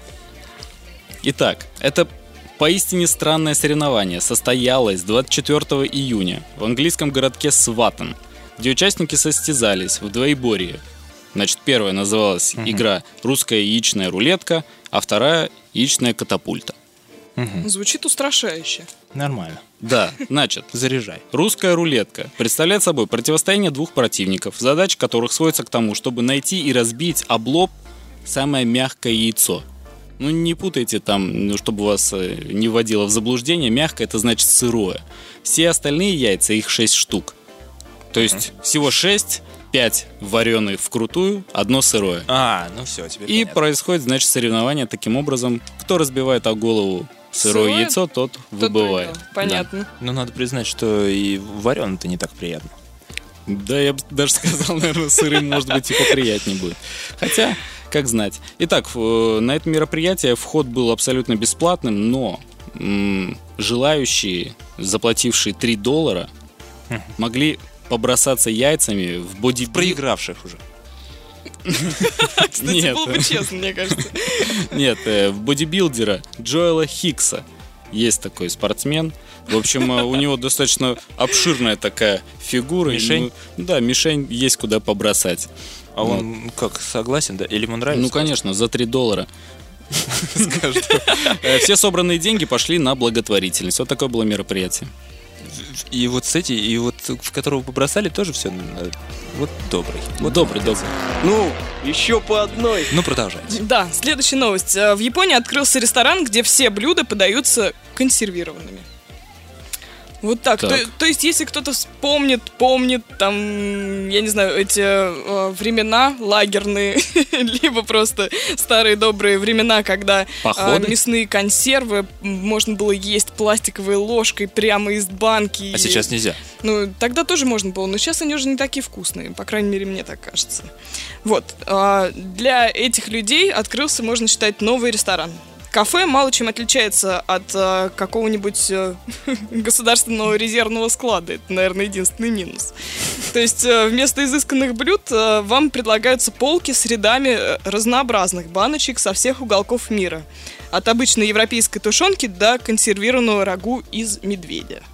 Итак, это поистине странное соревнование состоялось 24 июня в английском городке Сватон, где участники состязались в двоеборье. Значит, первая называлась игра «Русская яичная рулетка», а вторая «Яичная катапульта». Звучит устрашающе. Нормально. Да, значит, Заряжай. русская рулетка представляет собой противостояние двух противников, задача которых сводится к тому, чтобы найти и разбить об лоб самое мягкое яйцо. Ну, не путайте там, ну, чтобы вас не вводило в заблуждение, мягкое — это значит сырое. Все остальные яйца, их 6 штук. То есть всего 6, 5 вареные вкрутую, 1 сырое. А, ну все, теперь И понятно. происходит, значит, соревнование таким образом. Кто разбивает о голову сырое Сырое? яйцо, тот Тот выбывает. выиграл. Понятно. Ну, надо признать, что и варено-то не так приятно. Да, я бы даже сказал, наверное, сырым, может быть, и поприятнее будет. Хотя, как знать. Итак, на это мероприятие вход был абсолютно бесплатным, но желающие, заплатившие $3, могли побросаться яйцами в бодибилдинг. Проигравших уже. Кстати, Нет. было бы честно, мне кажется. Нет, в бодибилдера Джоэла Хиггса. Есть такой спортсмен. В общем, у него достаточно обширная такая фигура. Мишень? Ему, да, мишень есть куда побросать. А он как, согласен, да? Или ему нравится? Ну, конечно, за $3. Все собранные деньги пошли на благотворительность. Вот такое было мероприятие. И вот в которого побросали, тоже все вот добрый. Вот Добрый. Ну, еще по одной. Ну, продолжайте. Да, следующая новость. В Японии открылся ресторан, где все блюда подаются консервированными. Вот так. Так. То есть, если кто-то помнит, там, я не знаю, эти времена лагерные, либо просто старые добрые времена, когда Походы? мясные консервы можно было есть пластиковой ложкой прямо из банки. А сейчас нельзя. Ну, тогда тоже можно было, но сейчас они уже не такие вкусные, по крайней мере, мне так кажется. Вот. Для этих людей открылся, можно считать, новый ресторан. Кафе мало чем отличается от какого-нибудь государственного резервного склада. Это, наверное, единственный минус. То есть вместо изысканных блюд вам предлагаются полки с рядами разнообразных баночек со всех уголков мира. От обычной европейской тушенки до консервированного рагу из медведя.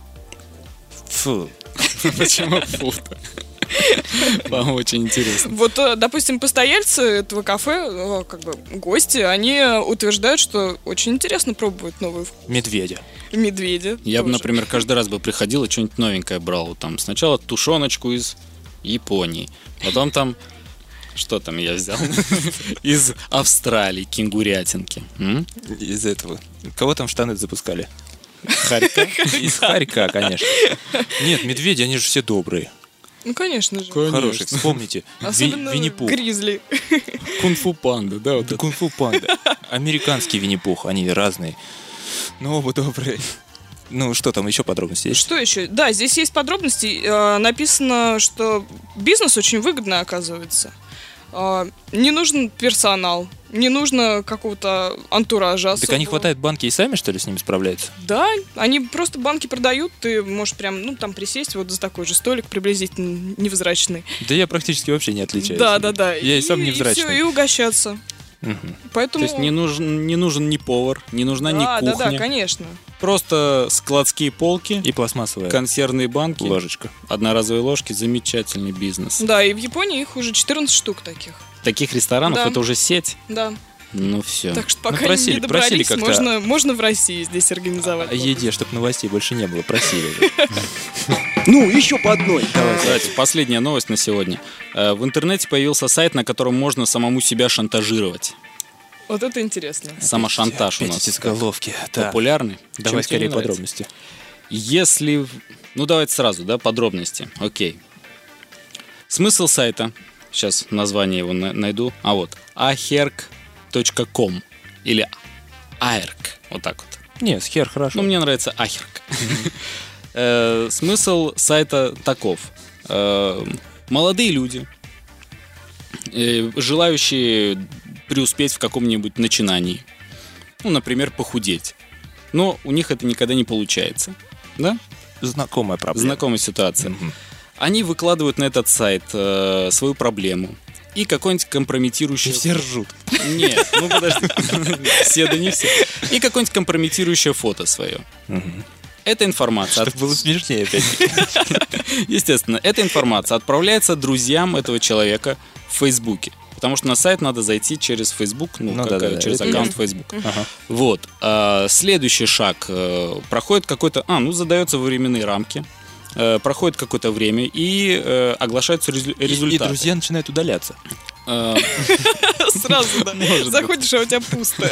Фу. Почему фу-то? Вам очень интересно. Вот, допустим, постояльцы этого кафе, как бы гости, они утверждают, что очень интересно пробовать новые Медведя. медведя. Я бы, тоже. например, каждый раз бы приходил и что-нибудь новенькое брал. Там сначала тушеночку из Японии, потом там... Что там я взял? Из Австралии, кенгурятинки. Из этого. Кого там в штаны запускали? Харька? Из Харька, конечно. Нет, медведи, они же все добрые. Ну, конечно же. Хорошие. Вспомните. Особенно Винни-Пух. гризли. Кунг-фу панда, да? Вот Да, это. Кунг-фу панда. Американский Винни-Пух, они разные. Но оба добрые. Ну, что там, еще подробности есть? Что еще? Да, здесь есть подробности. Написано, что бизнес очень выгодно оказывается. Не нужен персонал, не нужно какого-то антуража Так они особого. хватают банки и сами, что ли, с ними справляются? Да, они просто банки продают, ты можешь прям, ну, там присесть вот за такой же столик приблизительно невзрачный. Да я практически вообще не отличаюсь. Да. Я и сам всё, невзрачный. и угощаться. Мгм. Поэтому... То есть не нужен ни повар, не нужна ни да, кухня. да, конечно. Просто складские полки, И пластмассовая консервные банки, ложечка. одноразовые ложки. Замечательный бизнес. Да, и в Японии их уже 14 штук таких. Таких ресторанов Да. это уже сеть. Да. Ну все. Так что пока просили- не добрались, просили как-то. можно в России здесь организовать. О еде, чтобы новостей больше не было, просили же. Ну, еще по одной. Кстати, последняя новость на сегодня. В интернете появился сайт, на котором можно самому себя шантажировать. Вот это интересно. Самошантаж у Опять нас эти заголовки. Да. популярный. Давай Чем тебе скорее не нравится? подробности. Если... Ну, давайте сразу, да, подробности. Окей. Смысл сайта. Сейчас название его найду. А вот. aherk.com или aherk. Вот так вот. Не, с хер хорошо. Ну, мне нравится aherk. Смысл сайта таков. Молодые люди, желающие преуспеть в каком-нибудь начинании. Ну, например, похудеть. Но у них это никогда не получается. Да? Знакомая проблема. Знакомая ситуация. Мгм. Они выкладывают на этот сайт свою проблему и какой-нибудь компрометирующий... И все ржут. Нет, ну подожди. Все, да не все. И какое-нибудь компрометирующее фото свое. Эта информация... Чтобы было смешнее опять. Естественно, эта информация отправляется друзьям этого человека в Фейсбуке. Потому что на сайт надо зайти через Facebook, через это аккаунт ясно. Facebook. Вот. Следующий шаг. Проходит какой-то... задается во временные рамки. Проходит какое-то время и оглашаются И результаты. друзья начинают удаляться. Сразу, да. Может быть. Заходишь, а у тебя пусто.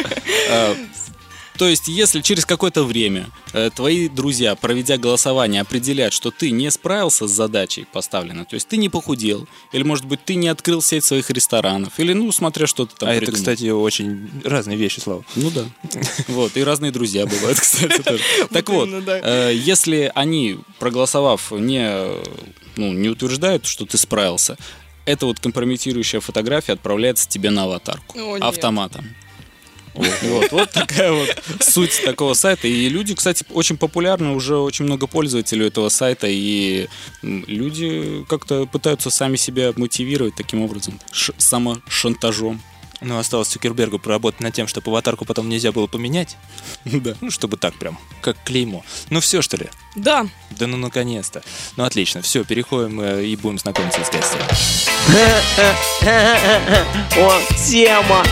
То есть, если через какое-то время твои друзья, проведя голосование, определят, что ты не справился с задачей поставленной, то есть ты не похудел, или, может быть, ты не открыл сеть своих ресторанов, или, смотря что ты там А это, придумал. кстати, очень разные вещи, Слава. Ну да. Вот, и разные друзья бывают, кстати, тоже. Так вот, именно, да. если они, проголосовав, не утверждают, что ты справился, эта вот компрометирующая фотография отправляется тебе на аватарку. О, нет. Автоматом. Вот такая вот суть такого сайта. И люди, кстати, очень популярны, уже очень много пользователей этого сайта, и люди как-то пытаются сами себя мотивировать таким образом, самошантажом. Ну, осталось Цукербергу поработать над тем, чтобы аватарку потом нельзя было поменять. Да. Ну, чтобы так прям, как клеймо. Ну, все, что ли? Да. Да ну, наконец-то. Ну, отлично. Все, переходим и будем знакомиться с гостями. О, тема.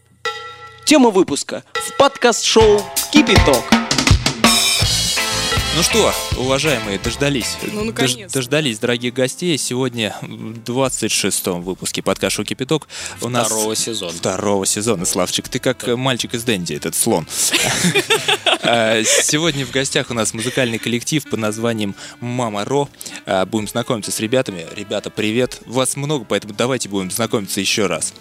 Тема выпуска в подкаст-шоу «Кипяток». Ну что, уважаемые, дождались. Ну, наконец-то. Дождались, дорогих гостей. Сегодня в 26-м выпуске подкаста «Шоу Кипяток» у нас... Второго сезона, Славчик. Ты как мальчик из Дэнди, этот слон. Сегодня в гостях у нас музыкальный коллектив под названием «Мама Ро». Будем знакомиться с ребятами. Ребята, привет. Вас много, поэтому давайте будем знакомиться еще раз.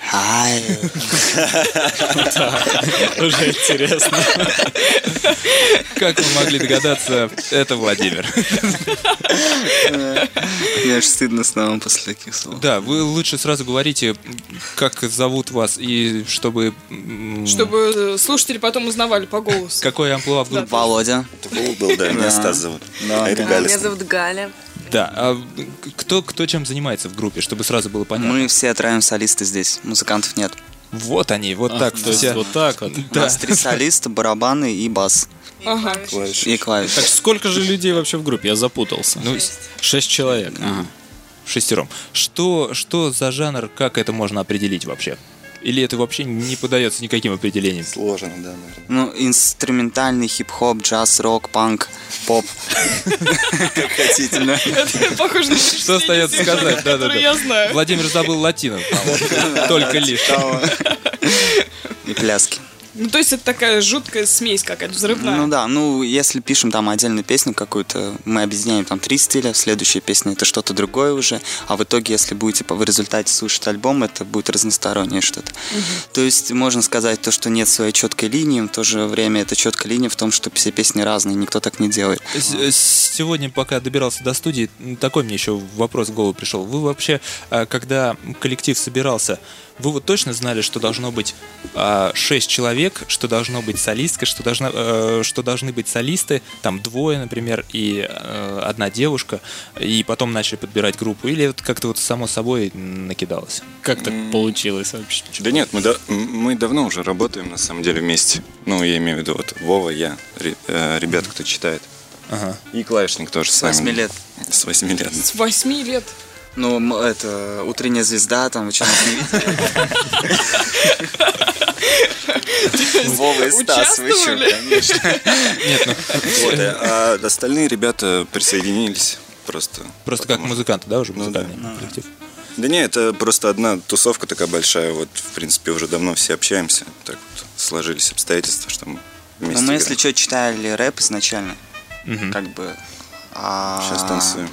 Уже интересно. Как вы могли догадаться, это Владимир. Мне аж стыдно снова после таких слов. Да, вы лучше сразу говорите, как зовут вас, и чтобы... Чтобы слушатели потом узнавали по голосу. Какое амплуа в группе? Володя. Это Вова был, да, меня Стас зовут. А это Галя. Меня зовут Галя. Да, а кто чем занимается в группе, чтобы сразу было понятно? Мы все троем солисты здесь, музыкантов нет. Вот они, вот так. То есть вот так вот. У нас 3 солиста, барабаны и бас. Ага. И клавиши. Так сколько же людей вообще в группе? Я запутался. Ну, 6 человек. Ага. 6. Что за жанр, как это можно определить вообще? Или это вообще не поддается никаким определениям? Сложно, да, наверное. Ну, инструментальный хип-хоп, джаз, рок, панк, поп. Как хотите, да. Это похоже на Что остается сказать? Да. я знаю. Владимир забыл латину. Только лишь. И пляски. Ну, то есть это такая жуткая смесь какая-то, взрывная. Ну да, ну если пишем там отдельную песню какую-то, мы объединяем там 3 стиля, следующая песня это что-то другое уже, а в итоге, если будете в результате слушать альбом, это будет разностороннее что-то. То есть можно сказать то, что нет своей четкой линии, в то же время это четкая линия в том, что все песни разные, никто так не делает. Сегодня, пока добирался до студии, такой мне еще вопрос в голову пришел. Вы вообще, когда коллектив собирался, вы вот точно знали, что должно быть 6 человек, что должно быть солистка, что должны быть солисты, там 2, например, и 1 девушка, и потом начали подбирать группу? Или это как-то вот само собой накидалось? Как так получилось вообще? Да нет, мы давно уже работаем, на самом деле, вместе. Ну, я имею в виду, вот Вова, я, ребята, кто читает. Ага. И клавишник тоже с нами. 8 лет. С 8 лет. С 8 лет. Ну, это «Утренняя звезда», там, вы что, нас не видели? Вова и Стас, вы что, конечно. Нет, ну... Вот, а остальные ребята присоединились просто. Просто как музыканты, да, уже Ну, музыкальный да. коллектив? Да не, это просто одна тусовка такая большая. Вот, в принципе, уже давно все общаемся. Так вот сложились обстоятельства, что мы вместе Ну, мы, если играем. что, читали рэп изначально, Мгм. как бы... Сейчас танцуем.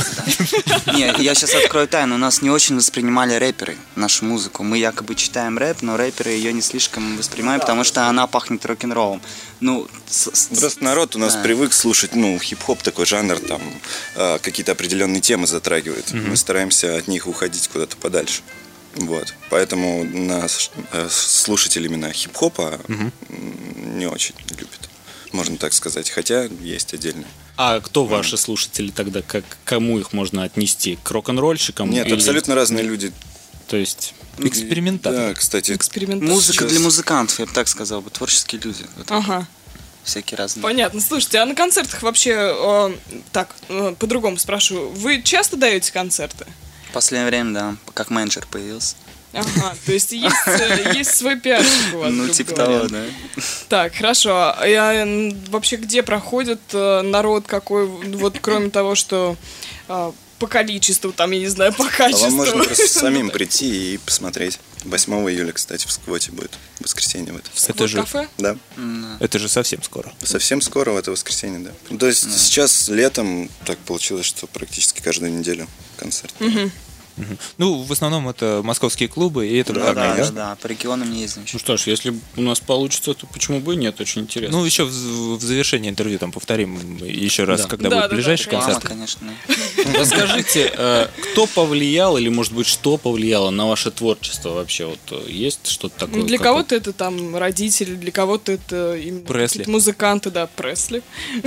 Не, я сейчас открою тайну. У нас не очень воспринимали рэперы нашу музыку. Мы якобы читаем рэп, но рэперы ее не слишком воспринимают, потому что она пахнет рок-н-роллом. Ну, Просто народ у нас да. привык слушать, ну, хип-хоп такой жанр, там, какие-то определенные темы затрагивает. Мы стараемся от них уходить куда-то подальше. Вот. Поэтому нас слушатель именно хип-хопа не очень любит, можно так сказать. Хотя есть отдельные. А кто ваши слушатели тогда? К кому их можно отнести? К рок-н-ролльщикам? Нет, или- абсолютно разные люди. То есть... Экспериментатор. Да, кстати. Экспериментатор. Музыка Сейчас. для музыкантов, я бы так сказал бы. Творческие люди. Вот Ага. всякие разные. Понятно. Слушайте, а на концертах вообще... по-другому спрашиваю. Вы часто даете концерты? В последнее время, да, как менеджер появился. Ага, то есть есть свой пиарщик у вас, Ну, грубо типа говоря. того, да. Так, хорошо. Вообще, где проходит народ какой, вот кроме того, что по количеству, там, я не знаю, по А качеству? вам можно просто самим прийти и посмотреть. 8 июля, кстати, в Сквоте будет. Воскресенье в это. Это же, кафе? Да. это же совсем скоро. Совсем скоро, в это воскресенье, да. Ну, то есть сейчас летом так получилось, что практически каждую неделю концерт. Ну, в основном это московские клубы, и это выходные, да? Да, по регионам не ездим. Ну что ж, если у нас получится, то почему бы и нет? Очень интересно. Ну, еще в завершении интервью там повторим еще раз, Да. когда Да, будет да, ближайший да, концерт. Мама, конечно. Расскажите, кто повлиял, или, может быть, что повлияло на ваше творчество вообще? Вот есть что-то такое? Ну, для какое-то? кого-то это там родители, для кого-то это именно Пресли. какие-то музыканты, да, Пресли.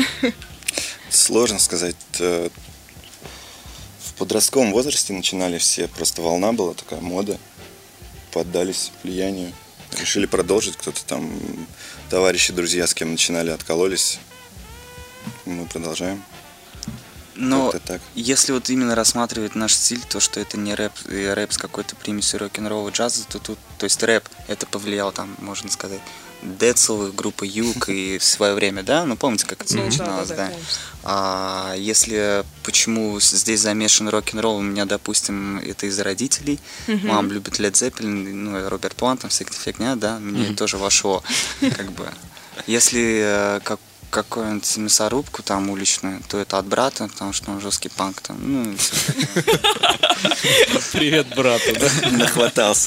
Сложно сказать. В подростковом возрасте начинали все, просто волна была, такая мода. Поддались влиянию. Решили продолжить. Кто-то там, товарищи, друзья, с кем начинали, откололись. Мы продолжаем. Но Как-то так. если вот именно рассматривать наш стиль, то что это не рэп, и рэп с какой-то примесью рок-н-ролла, джаза, то тут, то есть рэп, это повлиял там, можно сказать, Децл, группа Юг и в свое время, да? Ну, помните, как это начиналось, да? А если почему здесь замешан рок-н-ролл, у меня, допустим, это из-за родителей. Мама любит Led Zeppelin, ну, Роберт Плант, там всякая фигня, да? Мне тоже вошло, как бы. Если какую-нибудь мясорубку там уличную, то это от брата, потому что он жесткий панк там. Ну, Привет, брату, да? Нахватался.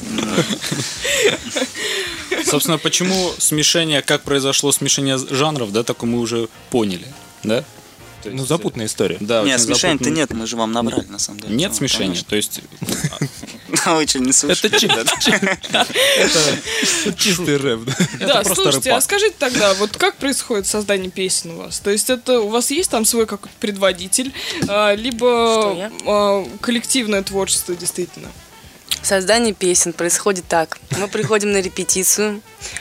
Собственно, почему смешение, как произошло смешение жанров, да, так мы уже поняли, да? То есть, запутанная история. Да, нет, очень смешения-то запутанный. нет, мы же вам набрали, на самом деле. Нет Ну, смешения, конечно. то есть... Вы что, не слышите? Это чистый рэп. Да, просто слушайте, рэпак. а скажите тогда, вот как происходит создание песен у вас? То есть это у вас есть там свой какой-то предводитель, либо коллективное творчество действительно? Создание песен происходит так. Мы приходим на репетицию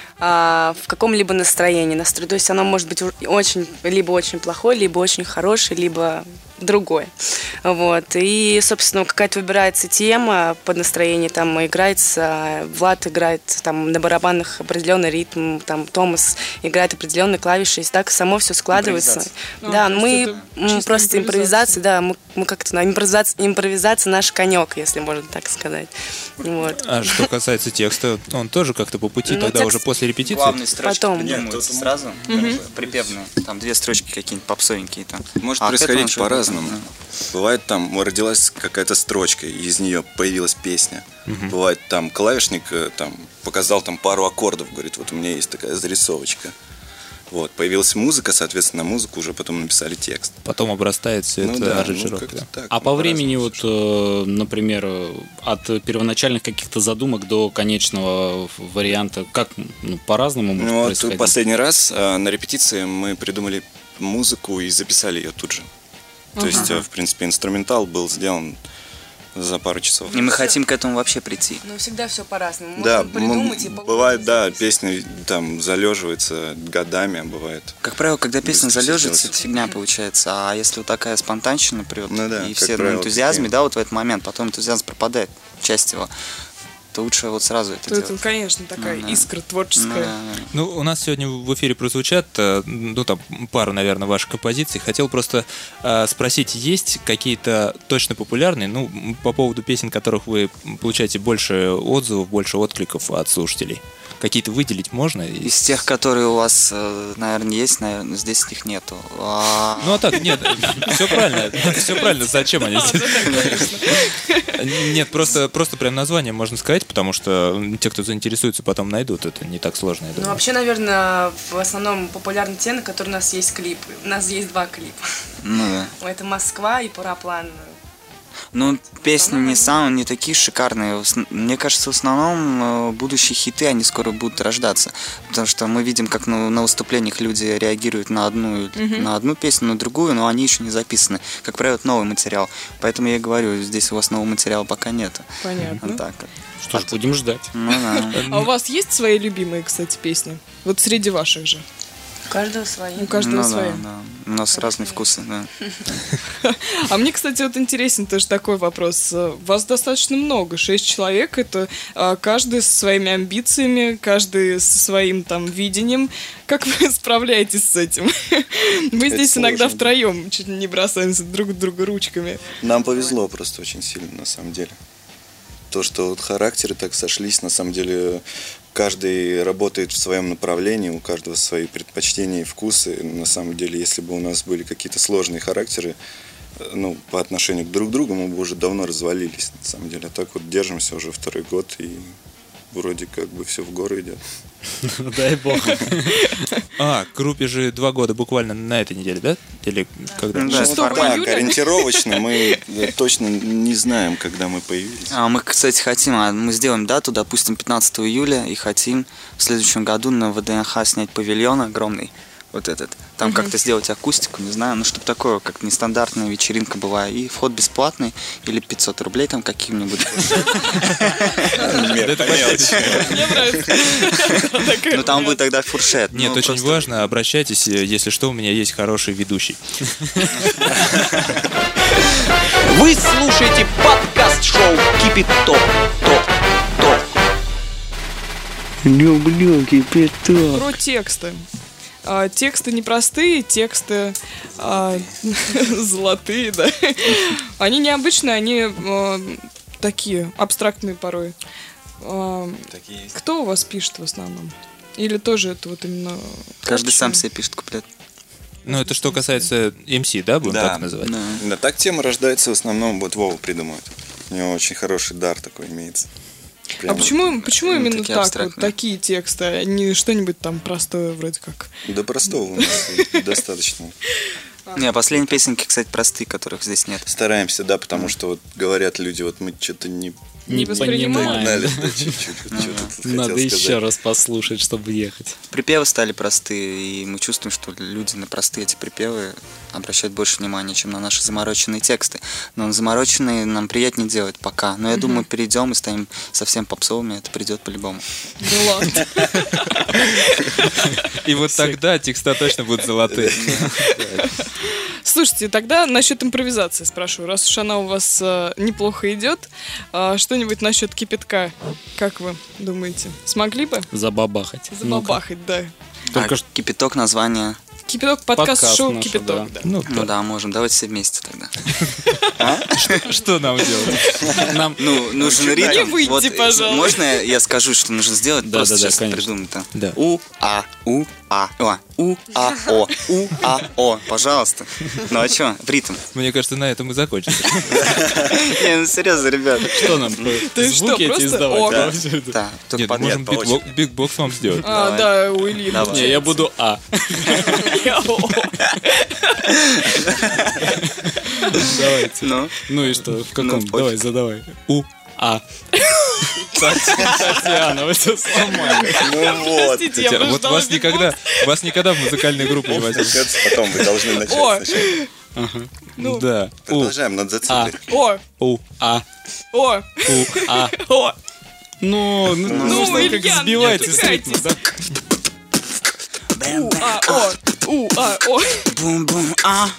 в каком-либо настроении. То есть оно может быть либо очень плохое, либо очень хорошее, либо другое. Вот. И, собственно, какая-то выбирается тема под настроение, там играется, Влад играет там на барабанах определенный ритм, там Томас играет определенные клавиши, и так само все складывается. Да, мы просто импровизация, да, мы как-то импровизация наш конек, если можно так сказать. Вот. А что касается текста, он тоже как-то по пути, тогда текст- уже после репетиции. Главные строчки Потом. придумываются сразу, припевные, там 2 строчки какие-нибудь попсовенькие там. Может А к этому происходить что-то, по-разному. Бывает, там родилась какая-то строчка, и из нее появилась песня. Бывает, там клавишник там показал там пару аккордов, говорит, вот у меня есть такая зарисовочка. Вот, появилась музыка, соответственно, на музыку уже потом написали текст. Потом обрастает все Ну это да, аранжировкой. как-то так. А по времени, по-разному вот, например, от первоначальных каких-то задумок до конечного варианта, как по-разному может Ну, вот происходить? последний раз на репетиции мы придумали музыку и записали ее тут же. То есть, в принципе, инструментал был сделан за пару часов. И мы хотим к этому вообще прийти. Но всегда все по-разному. Да, Можем придумать и бывает, да, песня там залеживается годами, а бывает. Как правило, когда песня Быстро залежится, сделать. это фигня получается. А если вот такая спонтанщина прет, Ну да, и как все на правило, энтузиазме, такие. да, вот в этот момент, потом энтузиазм пропадает, часть его, то лучше вот сразу это То делать. это, конечно, такая да. искра Ну, творческая. да. Ну, у нас сегодня в эфире прозвучат, там, пару, наверное, ваших композиций. Хотел просто спросить, есть какие-то точно популярные, по поводу песен, которых вы получаете больше отзывов, больше откликов от слушателей? Какие-то выделить можно? Из тех, которые у вас, наверное, есть, наверное, здесь их нету. Ну, а так, нет, все правильно, зачем они здесь? Нет, просто прям название можно сказать, потому что те, кто заинтересуется, потом найдут, это не так сложно, я Ну, думаю. вообще, наверное, в основном популярны те, на которые у нас есть клипы. У нас есть 2 клипа. Ну да. Это «Москва» и «Параплан». Ну, песни не такие шикарные. Мне кажется, в основном будущие хиты, они скоро будут рождаться. Потому что мы видим, как на выступлениях люди реагируют на одну песню, на другую, но они еще не записаны. Как правило, это новый материал. Поэтому я и говорю, здесь у вас нового материала пока нет. Понятно. Вот так вот. Что ж, будем ждать. Ну да. А у вас есть свои любимые, кстати, песни? Вот среди ваших же. У каждого свои. У каждого Ну свои. да. У нас разные вкусы, да. А мне, кстати, вот интересен тоже такой вопрос. Вас достаточно много, 6 человек. Это каждый со своими амбициями, каждый со своим там видением. Как вы справляетесь с этим? Мы здесь иногда сложно, да. втроем чуть ли не бросаемся друг к другу ручками. Нам повезло просто очень сильно, на самом деле. То, что вот характеры так сошлись, на самом деле, каждый работает в своем направлении, у каждого свои предпочтения и вкусы. На самом деле, если бы у нас были какие-то сложные характеры, по отношению друг к другу, мы бы уже давно развалились, на самом деле. А так вот держимся уже 2-й год, и вроде как бы все в гору идет. Дай бог. К группе же 2 года буквально на этой неделе, да? Или когда? Ну да, 6 формат. Так, июля? ориентировочно мы точно не знаем, когда мы появились. Мы, кстати, хотим, мы сделаем дату, допустим, 15 июля, и хотим в следующем году на ВДНХ снять павильон огромный, вот этот. Там как-то сделать акустику, не знаю, ну, чтобы такое, как нестандартная вечеринка была. И вход бесплатный, или 500 рублей там каким-нибудь. Это Мне нравится. Ну, там будет тогда фуршет. Нет, Ну, очень просто- важно, обращайтесь, если что, у меня есть хороший ведущий. Вы слушаете подкаст-шоу «Кипяток». Топ. Люблю кипяток. Про тексты. Тексты непростые, тексты золотые, да. Они необычные, они такие, абстрактные порой. Кто у вас пишет в основном? Или тоже это вот именно... Каждый общее? сам себе пишет куплет. Ну, это что касается MC, да, будем Да. так называть? Да, так тема рождается в основном, вот Вова придумывает. У него очень хороший дар такой имеется. А Прямо. почему именно такие так, вот абстрактные. такие тексты, а не что-нибудь там простое вроде как? Да простого у нас достаточно. Не, последние песенки, кстати, простые, которых здесь нет. Стараемся, да, потому что вот говорят люди, вот мы что-то не Не воспринимаем. понимаю. знали, да, чуть-чуть. Вот что-то тут Надо хотел еще сказать. раз послушать, чтобы ехать. Припевы стали простые, и мы чувствуем, что люди на простые эти припевы обращают больше внимания, чем на наши замороченные тексты. Но на замороченные нам приятнее делать пока. Но я думаю, перейдем и станем совсем попсовыми, это придет по-любому. Ну ладно. И вот тогда текста точно будут золотые. Слушайте, тогда насчет импровизации спрошу. Раз уж она у вас неплохо идет, что-нибудь насчет кипятка, как вы думаете? Смогли бы Забабахать. Ну-ка. забабахать, да? Только А кипяток название. Кипяток, подкаст-шоу наш, «Кипяток». Да. Ну, Ну да, можем. Давайте все вместе тогда. что нам делать? нам... Ну, нужен ритм. Не выйти, Вот, пожалуйста. можно я скажу, что нужно сделать? Да, Просто да, да, сейчас конечно. придумай-то. Да. У-а, у-а, у-а-о, у-а-о. Пожалуйста. Ну а что? В ритм. Мне кажется, на этом мы закончим. Не, ну серьезно, ребят. Что нам? Ты Звуки что, эти просто издавать? ок? да, всё это? Да, только Нет, подряд можем по очереди. бигбокс вам сделать. Давай. Да, у Ильи. Давай. Не, я буду А. Давайте. Ну, Ну и что? В каком? пофиг. Давай, задавай. А. Татьяна, вы все сломали. Ну вот. Простите, я Вот прождала вас никогда в музыкальную группу не возьмут. Потом вы должны О, начать сначала. ну, Да. Продолжаем, надо зациклить. о, А. о, А. о. Ну, Ну, что, Илья, как не сбиваете с ритма, отвлекайтесь. да? О. Бум-бум,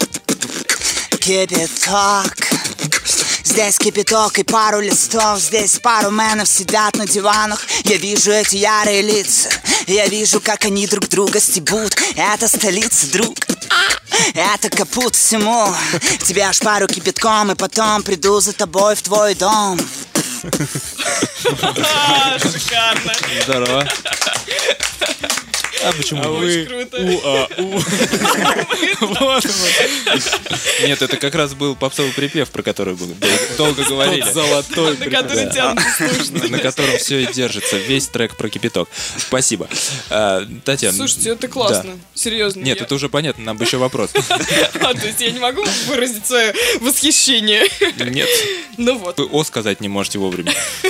кипяток. Здесь кипяток и пару листов. Здесь пару менов сидят на диванах. Я вижу эти ярые лица. Я вижу, как они друг друга стебут. Это столица, друг. Это капут всему. Тебя шпарю кипятком, и потом приду за тобой в твой дом. Шикарно. Здорово. А почему А нет? вы Круто. Вот. Нет, это как раз был попсовый припев, про который мы долго говорили. Тот золотой На который припев. тянутся слушать. На котором все и держится, весь трек про кипяток. Спасибо. Татьяна. Слушайте, это классно. да. Серьезно. Нет, это уже понятно, нам бы еще вопрос. То есть я не могу выразить свое восхищение. Нет. Ну вот. Вы «о» сказать не можете вовремя.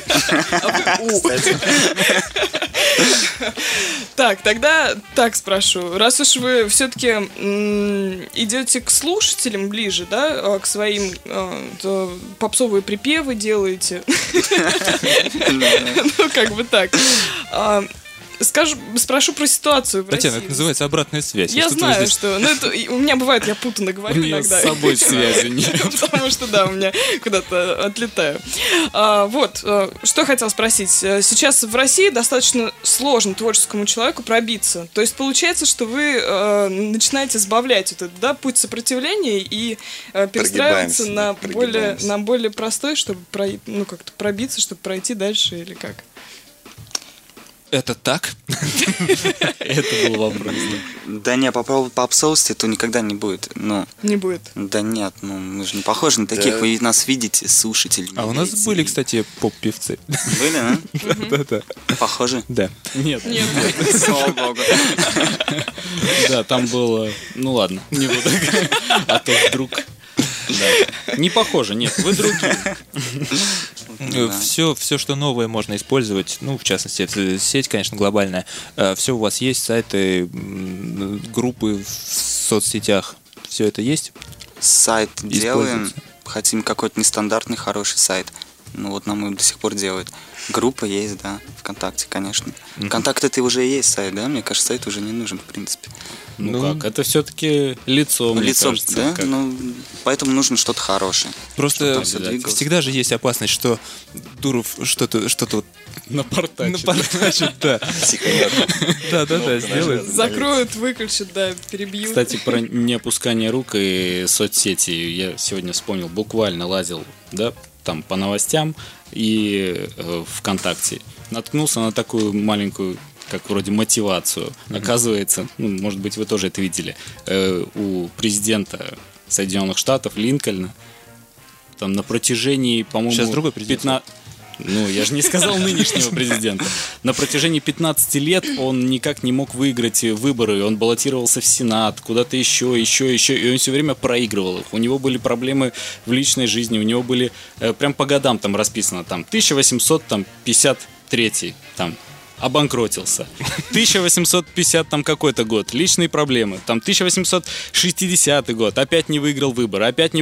Так, тогда так спрошу. Раз уж вы все-таки идете к слушателям ближе, да, к своим то попсовые припевы делаете. Ну, как бы так. Спрошу про ситуацию в Татьяна, это России. называется обратная связь. Я Что-то вы знаю, здесь- что... Ну, это, у меня бывает, я путано У говорю нее иногда. с собой связи нет. Потому что, да, у меня куда-то отлетаю. Что хотел спросить. Сейчас в России достаточно сложно творческому человеку пробиться. То есть получается, что вы начинаете сбавлять вот этот, да, путь сопротивления и перестраиваться Прогибаемся. на более простой, чтобы как-то пробиться, чтобы пройти дальше или как? Это так? Это был вопрос. Да не, попробовать попсовости, то никогда не будет. Ну, Не будет. да нет, ну мы же не похожи на таких, Да. вы нас видите, слушатели. А у нас были, кстати, поп-певцы. Были, а? Да-да. Похожи? Да. Нет, Нет. Слава богу. да, там было... Ну ладно, не буду. А то вдруг... Да. Не похоже, нет, вы другие. Все, что новое можно использовать, ну, в частности, это сеть, конечно, глобальная. Все у вас есть, сайты, группы в соцсетях, все это есть? Сайт делаем, хотим какой-то нестандартный хороший сайт. Ну вот нам его до сих пор делают. Группа есть, да, ВКонтакте, конечно. ВКонтакте это уже и есть сайт, да? Мне кажется, сайт уже не нужен, в принципе. Ну как, это все-таки лицо, мне лицо, кажется. да? Как... Ну, поэтому нужно что-то хорошее. Просто всегда же есть опасность, что Дуров что-то напортачит, да. Да, сделает. Закроют, выключат, да, перебьют. Кстати, про неопускание рук и соцсети я сегодня вспомнил, буквально лазил, да, там по новостям и ВКонтакте. Наткнулся на такую маленькую, как вроде мотивацию. Оказывается, ну, может быть, вы тоже это видели, у президента Соединенных Штатов Линкольна там на протяжении, по-моему, сейчас другой президент. Ну, я же не сказал нынешнего президента. На протяжении 15 лет он никак не мог выиграть выборы. Он баллотировался в Сенат, куда-то еще. И он все время проигрывал их. У него были проблемы в личной жизни. У него были, прям по годам там расписано, там, 1853, там, обанкротился. 1850 там какой-то год, личные проблемы. Там 1860 год, опять не выиграл выборы, не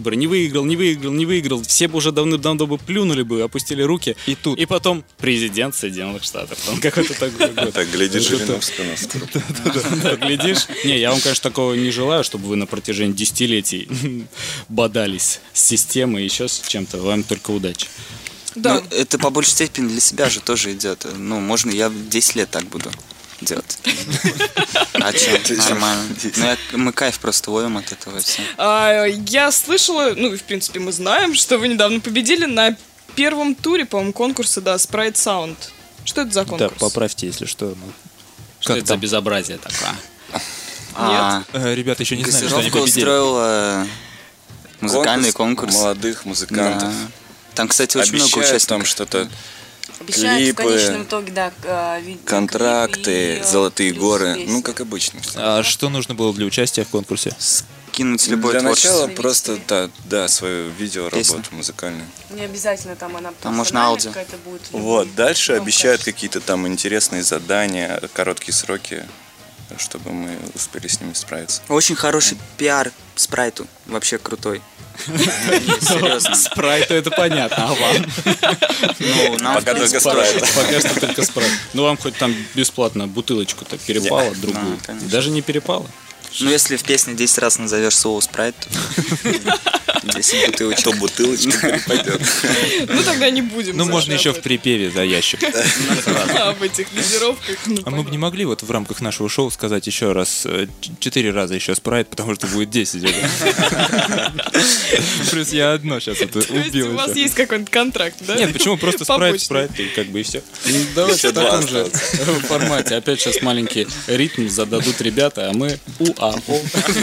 выиграл. Все бы уже давным-давно бы плюнули бы, опустили руки. И потом президент Соединенных Штатов. Там какой-то такой год. Так, глядишь, Жириновского нас. Да, глядишь. Не, я вам, конечно, такого не желаю, чтобы вы на протяжении десятилетий бодались с системой, еще с чем-то. Вам только удачи. Да. Ну, это по большей степени для себя же тоже идет. Ну, можно, я 10 лет так буду делать. А что, нормально. Мы кайф просто ловим от этого все. Я слышала, ну, в принципе, мы знаем, что вы недавно победили на первом туре, по-моему, конкурса, да, Sprite Sound. Что это за конкурс? Да, поправьте, если что. Что это за безобразие такое? Нет. Ребята еще не знали, что они Газировка победили. устроила музыкальный конкурс. Молодых музыкантов. Там, кстати, очень много Обещают участников. там что-то, Обещают в конечном клипы, итоге, да, контракты, золотые горы. песни. Ну, как обычно. А что нужно было для участия в конкурсе? Кинуть любое Для творчество. начала просто, да, свое видео, Песню. работу музыкальную. Не обязательно там она Там можно профессиональная аудио. какая-то будет. Вот, дальше Ну, обещают кажется. какие-то там интересные задания, короткие сроки, чтобы мы успели с ними справиться. Очень хороший пиар Спрайту. Вообще крутой. Серьезно. Спрайту это понятно, а вам? Ну, нам, Пока в принципе, только Спрайт. Пока что только спрайт. Ну, вам хоть там бесплатно бутылочку-то перепало, другую. Да, конечно. Даже не перепало. Ну, если в песне 10 раз назовешь слово Спрайт, то 10 бутылочек. То бутылочка пойдет. Ну, тогда не будем. Ну, можно еще в загадывать припеве за ящик. об этих лидировках. Ну, А мы бы не могли вот в рамках нашего шоу сказать еще раз, 4 раза еще Спрайт, потому что будет 10. Плюс я одно сейчас это То есть убил. у вас еще. есть какой-нибудь контракт, да? Нет, почему просто Побочный. Спрайт, и как бы и все. Давайте в два таком же формате. Опять сейчас маленький ритм зададут ребята, а мы уа-о.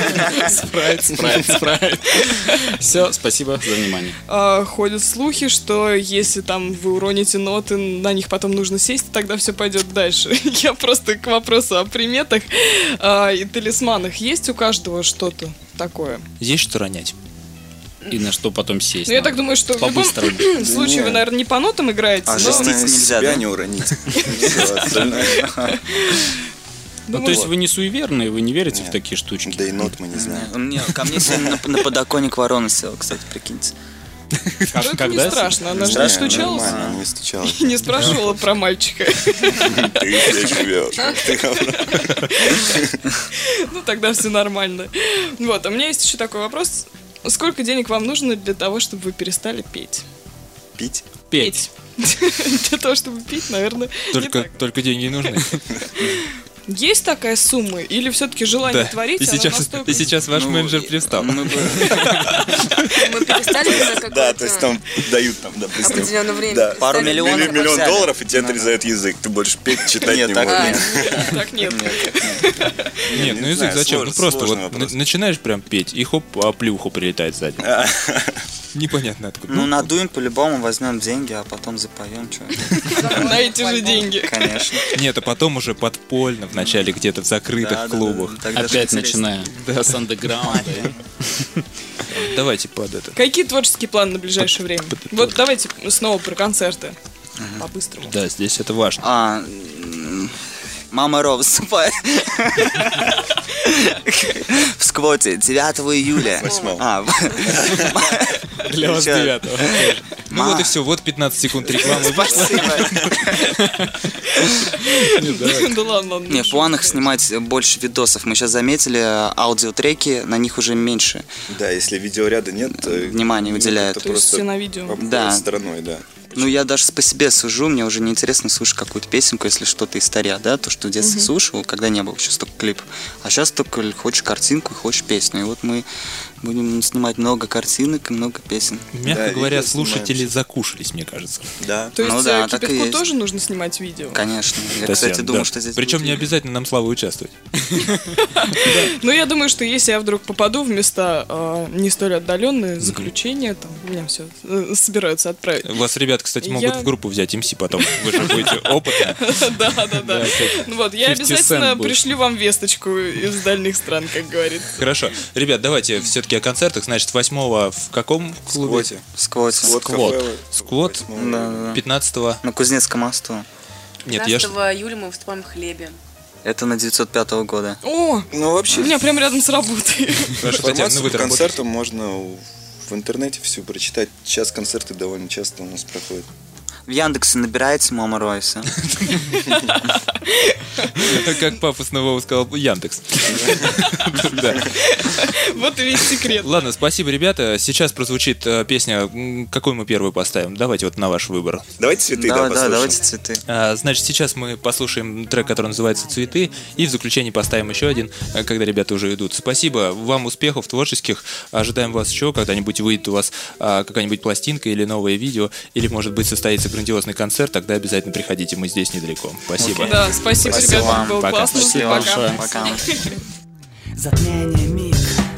Спрайт. Все, спасибо за внимание. Ходят слухи, что если там вы уроните ноты, на них потом нужно сесть, тогда все пойдет дальше. Я просто к вопросу о приметах и талисманах. Есть у каждого что-то такое? Есть что ронять? И на что потом сесть. Ну, я так думаю, что в любом По-быстрому. случае вы, наверное, не по нотам играете, А но... жестить Главное, нельзя, себя да? не уронить. Всё остальное. Ну, то есть вы не суеверные, вы не верите в такие штучки? Да и нот мы не знаем. Ко мне сегодня на подоконник ворона села, кстати, прикиньте. Ну, это не страшно, она же не стучалась. Нормально, она не стучалась. И не спрашивала про мальчика. Ты где живешь? Ты говно. Ну, тогда все нормально. Вот, а у меня есть еще такой вопрос. Сколько денег вам нужно для того, чтобы вы перестали петь? Пить? Петь. Для того, чтобы пить, наверное, не так. Только деньги нужны. Есть такая сумма? Или все-таки желание Да. творить, И оно сейчас, настолько... и сейчас ваш Ну, менеджер привстал. Мы бы- Мы перестали за какое-то Да, то есть там дают, там, допустим, определенное время. да, Пару перестали- миллионов миллион взяли. долларов, и тебе Ну, отрезают язык. Ты больше петь, читать Нет, не так можешь. нет. Так нет. Нет, ну язык знаю, зачем? Ну просто вот сложный вопрос. начинаешь прям петь, и хоп, а плюху прилетает сзади. Непонятно откуда. Ну, надуем по-любому, возьмем деньги, а потом запоем, что. На эти же деньги. Конечно. Нет, а потом уже подпольно, вначале где-то в закрытых клубах. Опять начинаем. С андеграунда. Давайте под это. Какие творческие планы на ближайшее время? Вот давайте снова про концерты. По-быстрому. Да, здесь это важно. Мама Ро, выступай. В сквоте 9 июля. 8. Для вас 9. Ну вот и все, вот 15 секунд рекламы. Да ладно. Не, в планах снимать больше видосов. Мы сейчас заметили, аудиотреки, на них уже меньше. Да, если видеоряда нет, внимание уделяют. То есть все на видео. Да. Стороной, да. Ну, я даже по себе сужу, мне уже неинтересно слушать какую-то песенку, если что-то из старья, да, то, что в детстве слушал, когда не было еще столько клипов. А сейчас только хочешь картинку, хочешь песню. И вот мы будем снимать много картинок и много песен. Мягко говоря, слушатели закушались, мне кажется. Да. То есть так и Кипятку есть. тоже нужно снимать видео? Конечно. Я, кстати, думаю, что здесь Причем будет не обязательно нам Славой участвовать. Ну, я думаю, что если я вдруг попаду в места не столь отдаленные, заключения, там, меня все собираются отправить. Вас, ребят, кстати, могут в группу взять МС потом. Вы же будете опытны. Да. Ну вот, я 50 обязательно Cent будет. пришлю вам весточку из дальних стран, как говорится. Хорошо. Ребят, давайте все-таки о концертах. Значит, 8-го в каком клубе? Сквот. Сквот. Да. 15-го. На Кузнецком мосту. Нет, 15 июля мы выступаем в Хлебе. Это на 905 года. О, Ну, вообще, у меня прям рядом с работой. Хорошо, Татьяна, информацию вы по работаете. концертам можно в интернете всю прочитать. Сейчас концерты довольно часто у нас проходят. В Яндексе набираете Мама Ро, и всё. Как пафосно Вова сказал, Яндекс. Да. Вот и весь секрет. Ладно, спасибо, ребята. Сейчас прозвучит песня. Какую мы первую поставим? Давайте вот на ваш выбор. Давайте цветы, да, послушаем. Давайте цветы. Значит, сейчас мы послушаем трек, который называется «Цветы», и в заключении поставим еще один, когда ребята уже идут. Спасибо, вам успехов творческих. Ожидаем вас еще. Когда-нибудь выйдет у вас какая-нибудь пластинка или новое видео, или, может быть, состоится грандиозный концерт, тогда обязательно приходите, мы здесь недалеко. Спасибо. Да, спасибо, Спасибо ребята, вам. было Пока. классно. Спасибо большое. Пока. Затмение миг.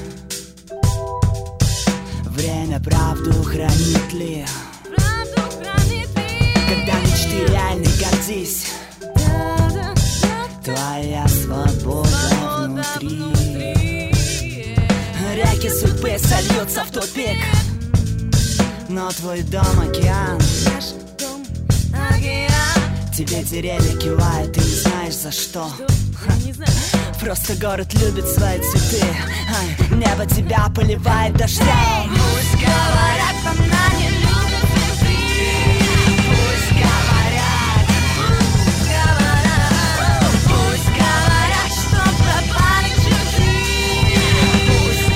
Время правду хранит ли? Когда мечты реальны, гордись. Твоя свобода внутри. Реки судьбы сольются в тупик, но твой дом океан. Тебе деревья кивают, ты не знаешь за что. Просто город любит свои цветы. Небо тебя поливает дождем. Пусть говорят, она не любит цветы. Пусть говорят, пусть говорят, что пропали чужие. Пусть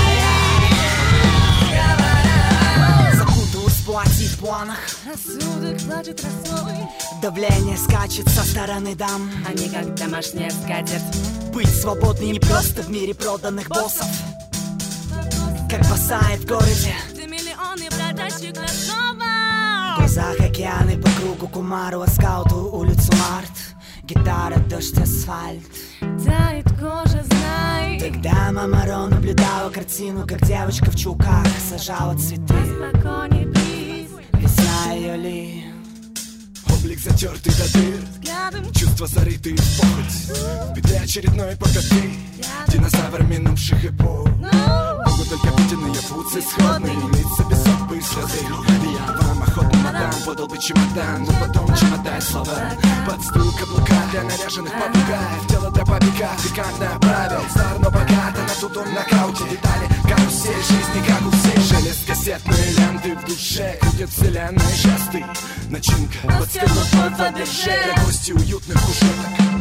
говорят, запуталась в платье в планах. Рассудок плачет росой. Давление скачет со стороны дам. Они как домашняя скатерть. Быть свободной не просто в мире проданных боссов. Как босая в городе. Где миллионы бродячих кроссовок. В глазах океаны по кругу Кумару, скауту улицу Март. Гитара, дождь, асфальт. Тает кожа, знай. Тогда Мама Ро наблюдала картину, как девочка в чулках сажала цветы. Спокойней, плиз. Весна ее ли? Облик затертый до дыр. Взглядом Чувства зарытые в похоть. В беде очередной богаты. Динозавр минувших эпох. Могут только виденные пуцы сходные. Лица без судьбы и слезы. Я вам охотно мадам подал бы чемодан, но потом чемодай слова. Под стул каблука для наряженных попугаев. Тело для побега, пикантное правил. Стар, но богато, на тут он нокауте. Детали карусель, жизни как у всех. Шелест кассетные ленты в душе. Крутят вселенные жесты. Начинка под стеклом под Фаберже. Для гостей уютных кушеток.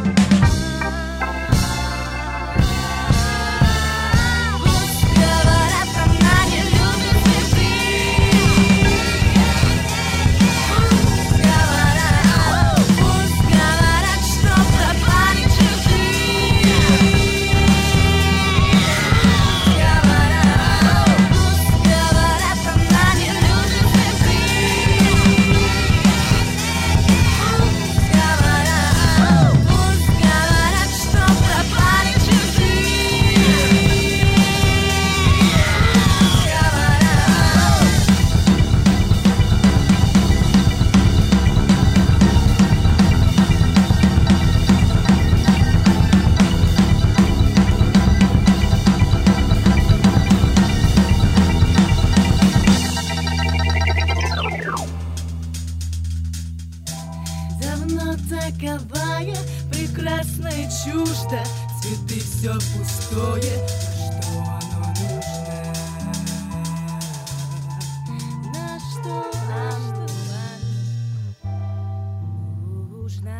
Пусть нужно, цветы все пустое. На что оно нужно?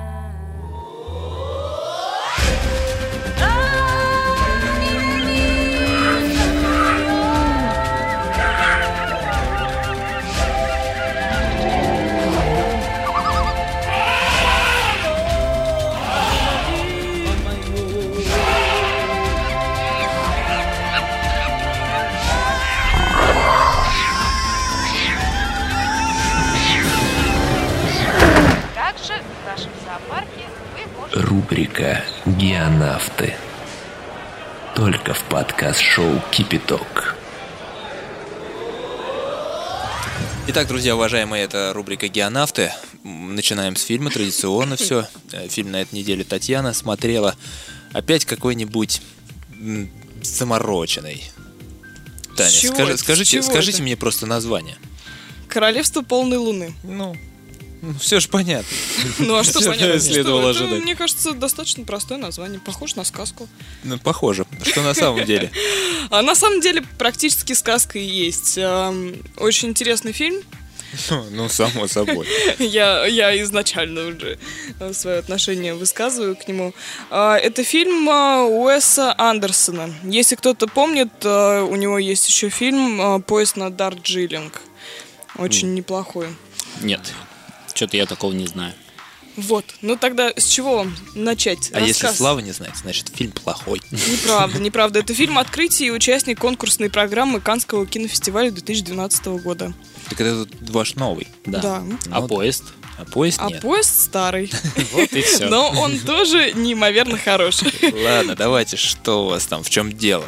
Также в нашем зоопарке вы можете... Рубрика «Геонавты». Только в подкаст-шоу «Кипяток». Итак, друзья, уважаемые, это рубрика «Геонавты». Начинаем с фильма, традиционно все. Фильм на этой неделе Татьяна смотрела. Опять какой-нибудь замороченный. Таня, С чего скажите это? мне просто название. Королевство полной луны. Ну, все же понятно. Ну а что Что понятно? следовало Что? Это, ожидать? мне кажется, достаточно простое название. Похоже на сказку. Ну, похоже. Что на самом деле? А на самом деле практически сказка и есть. Очень интересный фильм. Ну, само собой. Я изначально уже свое отношение высказываю к нему. Это фильм Уэса Андерсона. Если кто-то помнит, у него есть еще фильм «Поезд на Дарджилинг». Очень неплохой. Нет, что-то я такого не знаю. Вот, ну тогда с чего вам начать А если рассказ? Слава не знает, значит фильм плохой. Неправда. Это фильм «Открытие» и участник конкурсной программы Каннского кинофестиваля 2012 года. Так это ваш новый. Да. А поезд? А поезд А нет. поезд старый. Вот и все. Но он тоже неимоверно хороший. Ладно, давайте, что у вас там, в чем дело?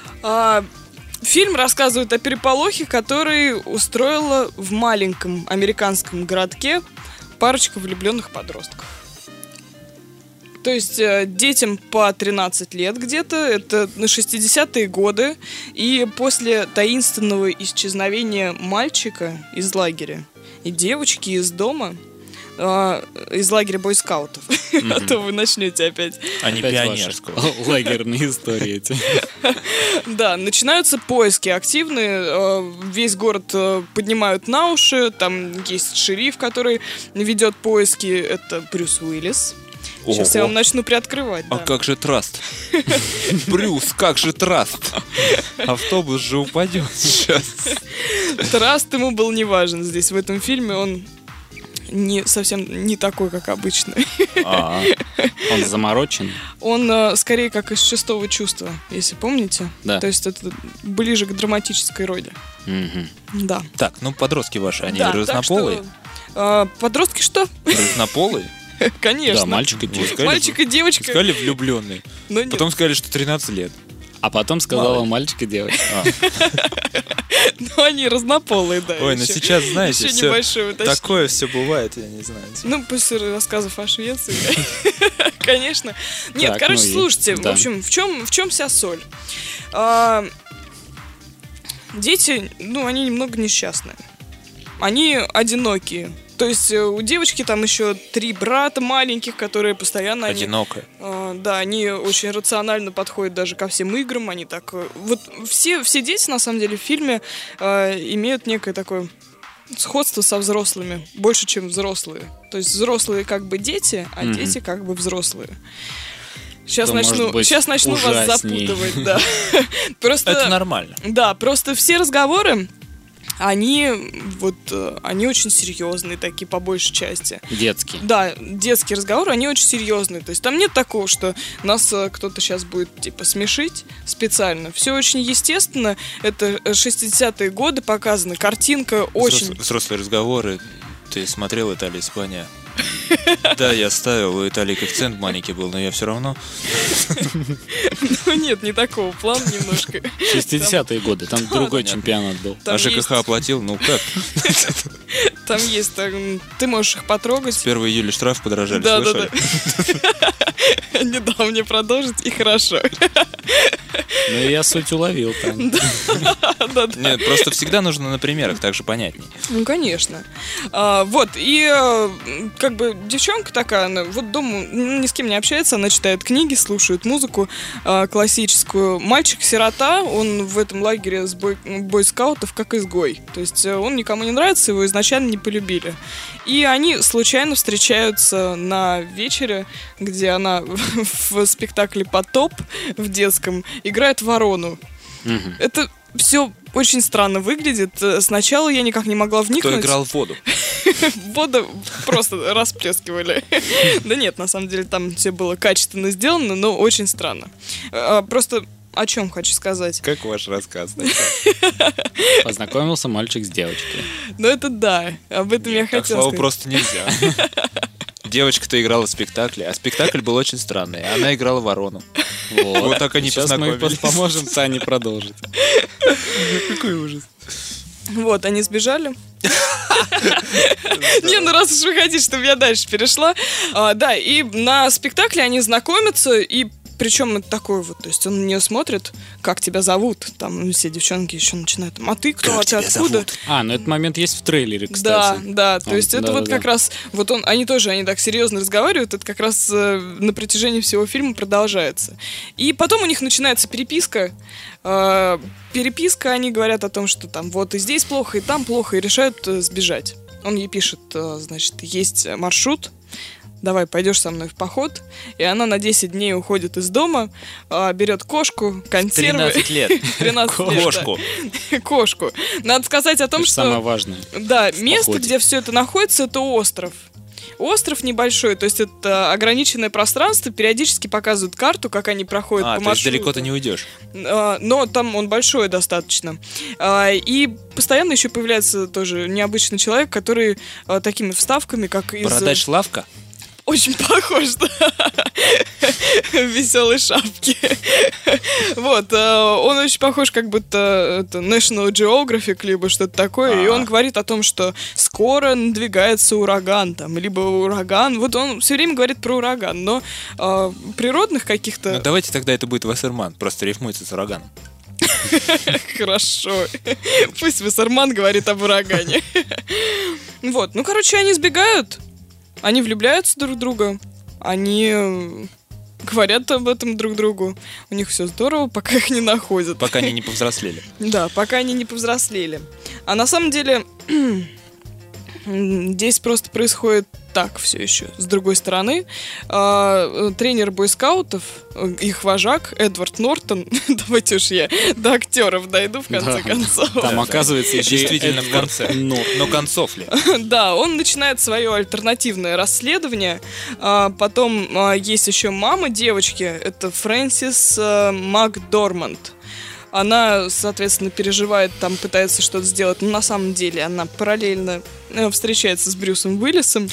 Фильм рассказывает о переполохе, который устроила в маленьком американском городке парочка влюбленных подростков. То есть детям по 13 лет где-то, это на 60-е годы, и после таинственного исчезновения мальчика из лагеря и девочки из дома, из лагеря бойскаутов, а то вы начнете опять. А не пионерского. Лагерные истории эти. Да, начинаются поиски активные, весь город поднимают на уши, там есть шериф, который ведет поиски, это Брюс Уиллис. Сейчас я вам начну приоткрывать. А да. как же траст? Брюс, как же траст? Автобус же упадет сейчас. Траст ему был не важен здесь, в этом фильме он совсем не такой, как обычно. Он заморочен? Он скорее как из «Шестого чувства», если помните. Да. То есть это ближе к драматической роли. Да. Так, ну подростки ваши, они Да, так разнополые? что, подростки что? Разнополые? Конечно. Да, мальчик и девочка. Мальчик и девочка. Сказали влюбленные. Но нет. Потом сказали, что 13 лет. А потом сказала мальчик и девочка. Ну, они разнополые, да. Ой, ну еще. сейчас, знаете, Еще всё небольшое уточнение. такое все бывает, я не знаю. Ну, после рассказов о Швеции, конечно. Нет, Так, короче, ну и- слушайте, в да. общем, в чем вся соль? Дети, ну, они немного несчастные. Они одинокие. То есть у девочки там еще 3 брата маленьких, которые постоянно... Одинокая. Да, они очень рационально подходят даже ко всем играм. Они так... Вот все дети, на самом деле, в фильме имеют некое такое сходство со взрослыми. Больше, чем взрослые. То есть взрослые как бы дети, а дети как бы взрослые. Сейчас Это может быть начну вас ужасней. запутывать, да. Просто, Это нормально. Да, просто все разговоры, они очень серьезные такие, по большей части. Детский. Да, детские разговоры, они очень серьезные. То есть там нет такого, что нас кто-то сейчас будет, типа, смешить специально. Все очень естественно. Это 60-е годы показано. Картинка очень... Взрослые разговоры. Ты смотрел «Италия, Испания»? Да, я ставил, у Италии коэффициент маленький был, но я все равно. Ну нет, не такого плана немножко. 60-е годы, там другой понятно. чемпионат был. Там А ЖКХ есть- оплатил? Ну как? Там есть, ты можешь их потрогать. 1 июля штраф подорожали, Да. слышали? Не дал мне продолжить, и хорошо. Ну, я суть уловил там. Да. Нет, просто всегда нужно на примерах, так же понятней. Ну, конечно. Вот, и как бы девчонка такая, она вот дома ни с кем не общается, она читает книги, слушает музыку классическую. Мальчик-сирота, он в этом лагере с бойскаутов как изгой. То есть он никому не нравится, его изначально не полюбили. И они случайно встречаются на вечере, где она в спектакле «Потоп» в детском играет ворону. Это все очень странно выглядит. Сначала я никак не могла вникнуть. Кто играл в воду? Воду просто расплескивали. Да нет, на самом деле там все было качественно сделано, но очень странно. Просто о чем хочу сказать. Как ваш рассказ? Познакомился мальчик с девочкой. Ну это да, об этом я Так, хотела слава, сказать. просто нельзя. Девочка-то играла в спектакле, а спектакль был очень странный. Она играла ворону. Вот так они Сейчас мы познакомились. поможем Тане продолжить. Какой ужас. Вот, они сбежали. Не, ну раз уж вы хотите, чтобы я дальше перешла. Да, и на спектакле они знакомятся, и причем это такое вот, то есть он на нее смотрит, как тебя зовут, там все девчонки еще начинают, а ты кто, а ты откуда? Ну этот момент есть в трейлере, кстати. Да, то есть это вот как раз, вот они так серьезно разговаривают, это как раз на протяжении всего фильма продолжается. И потом у них начинается переписка, они говорят о том, что там вот и здесь плохо, и там плохо, и решают сбежать. Он ей пишет, значит, есть маршрут, давай, пойдешь со мной в поход. И она на 10 дней уходит из дома, берет кошку, консервы. 13 лет. 13 лет, Кошку. да. Кошку. Надо сказать о том, Это что... самое важное. Да, в место, походе. где все это находится, это остров. Остров небольшой, то есть это ограниченное пространство, периодически показывают карту, как они проходят по То есть маршруту. далеко-то не уйдешь. Но там он большой достаточно. И постоянно еще появляется тоже необычный человек, который такими вставками, как из... Бородач Лавка? Очень похож, да. В веселой шапке. Вот, он очень похож, как будто это National Geographic, либо что-то такое. И он говорит о том, что скоро надвигается ураган, там, либо ураган. Вот он все время говорит про ураган, но природных каких-то... Ну давайте тогда это будет Вассерман, просто рифмуется с ураганом. Хорошо. Пусть Вассерман говорит об урагане. Вот, ну, короче, они сбегают. Они влюбляются друг в друга, они говорят об этом друг другу. У них все здорово, пока их не находят. Пока они не повзрослели. Да, пока они не повзрослели. А на самом деле здесь просто происходит так все еще. С другой стороны, тренер бойскаутов, их вожак Эдвард Нортон, давайте уж я до актеров дойду в конце концов. Там оказывается еще Действительно в конце. Но концов ли? Да, он начинает свое альтернативное расследование. Потом есть еще мама девочки, это Фрэнсис Макдорманд. Она, соответственно, переживает, там пытается что-то сделать, но на самом деле она параллельно встречается с Брюсом Уиллисом.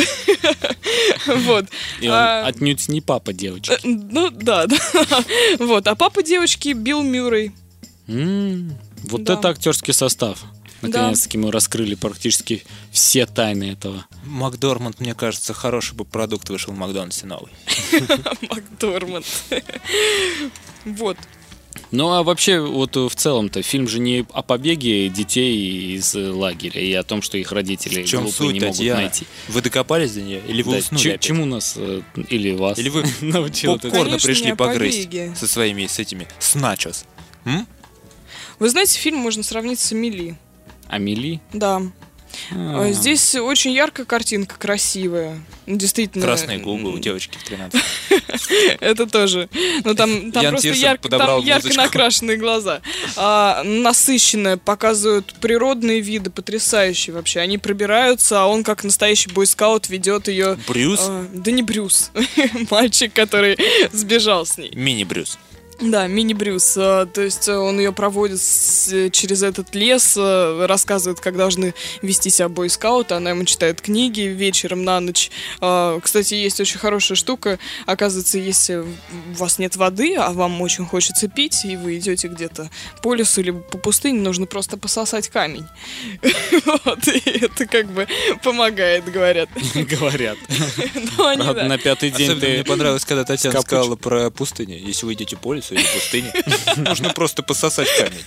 Вот. И он отнюдь не папа девочки. Ну, да. Вот. А папа девочки Билл Мюррей. Вот это актерский состав. Наконец-таки мы раскрыли практически все тайны этого. Макдорманд, мне кажется, хороший бы продукт вышел в Макдональдсе новый. Макдорманд. Вот. Ну, а вообще, вот в целом-то, фильм же не о побеге детей из лагеря и о том, что их родители глупые не могут найти. Вы докопались до нее? Или вы уснули опять? Чему нас, или вас, или вы научил? Попкорна пришли не о погрызть побеге. со своими, с этими, с начос? Вы знаете, фильм можно сравнить с «Амели». Амели? Да. Здесь очень яркая картинка, красивая. Действительно. Красные губы у девочки в 13. Это тоже. Но там просто ярко накрашенные глаза. Насыщенная, показывают природные виды, потрясающие вообще. Они пробираются, а он как настоящий бойскаут ведет ее... Брюс? Да не Брюс. Мальчик, который сбежал с ней. Мини-Брюс. Да, мини-Брюс. То есть он ее проводит через этот лес, рассказывает, как должны вести себя бойскауты. Она ему читает книги вечером на ночь. Кстати, есть очень хорошая штука. Оказывается, если у вас нет воды, а вам очень хочется пить, и вы идете где-то по лесу или по пустыне, нужно просто пососать камень. Вот, и это как бы помогает, говорят. Говорят. Правда, на пятый день Особенно мне понравилось, когда Татьяна Капуч. сказала про пустыню. Если вы идете по лесу или в пустыне, нужно просто пососать камень.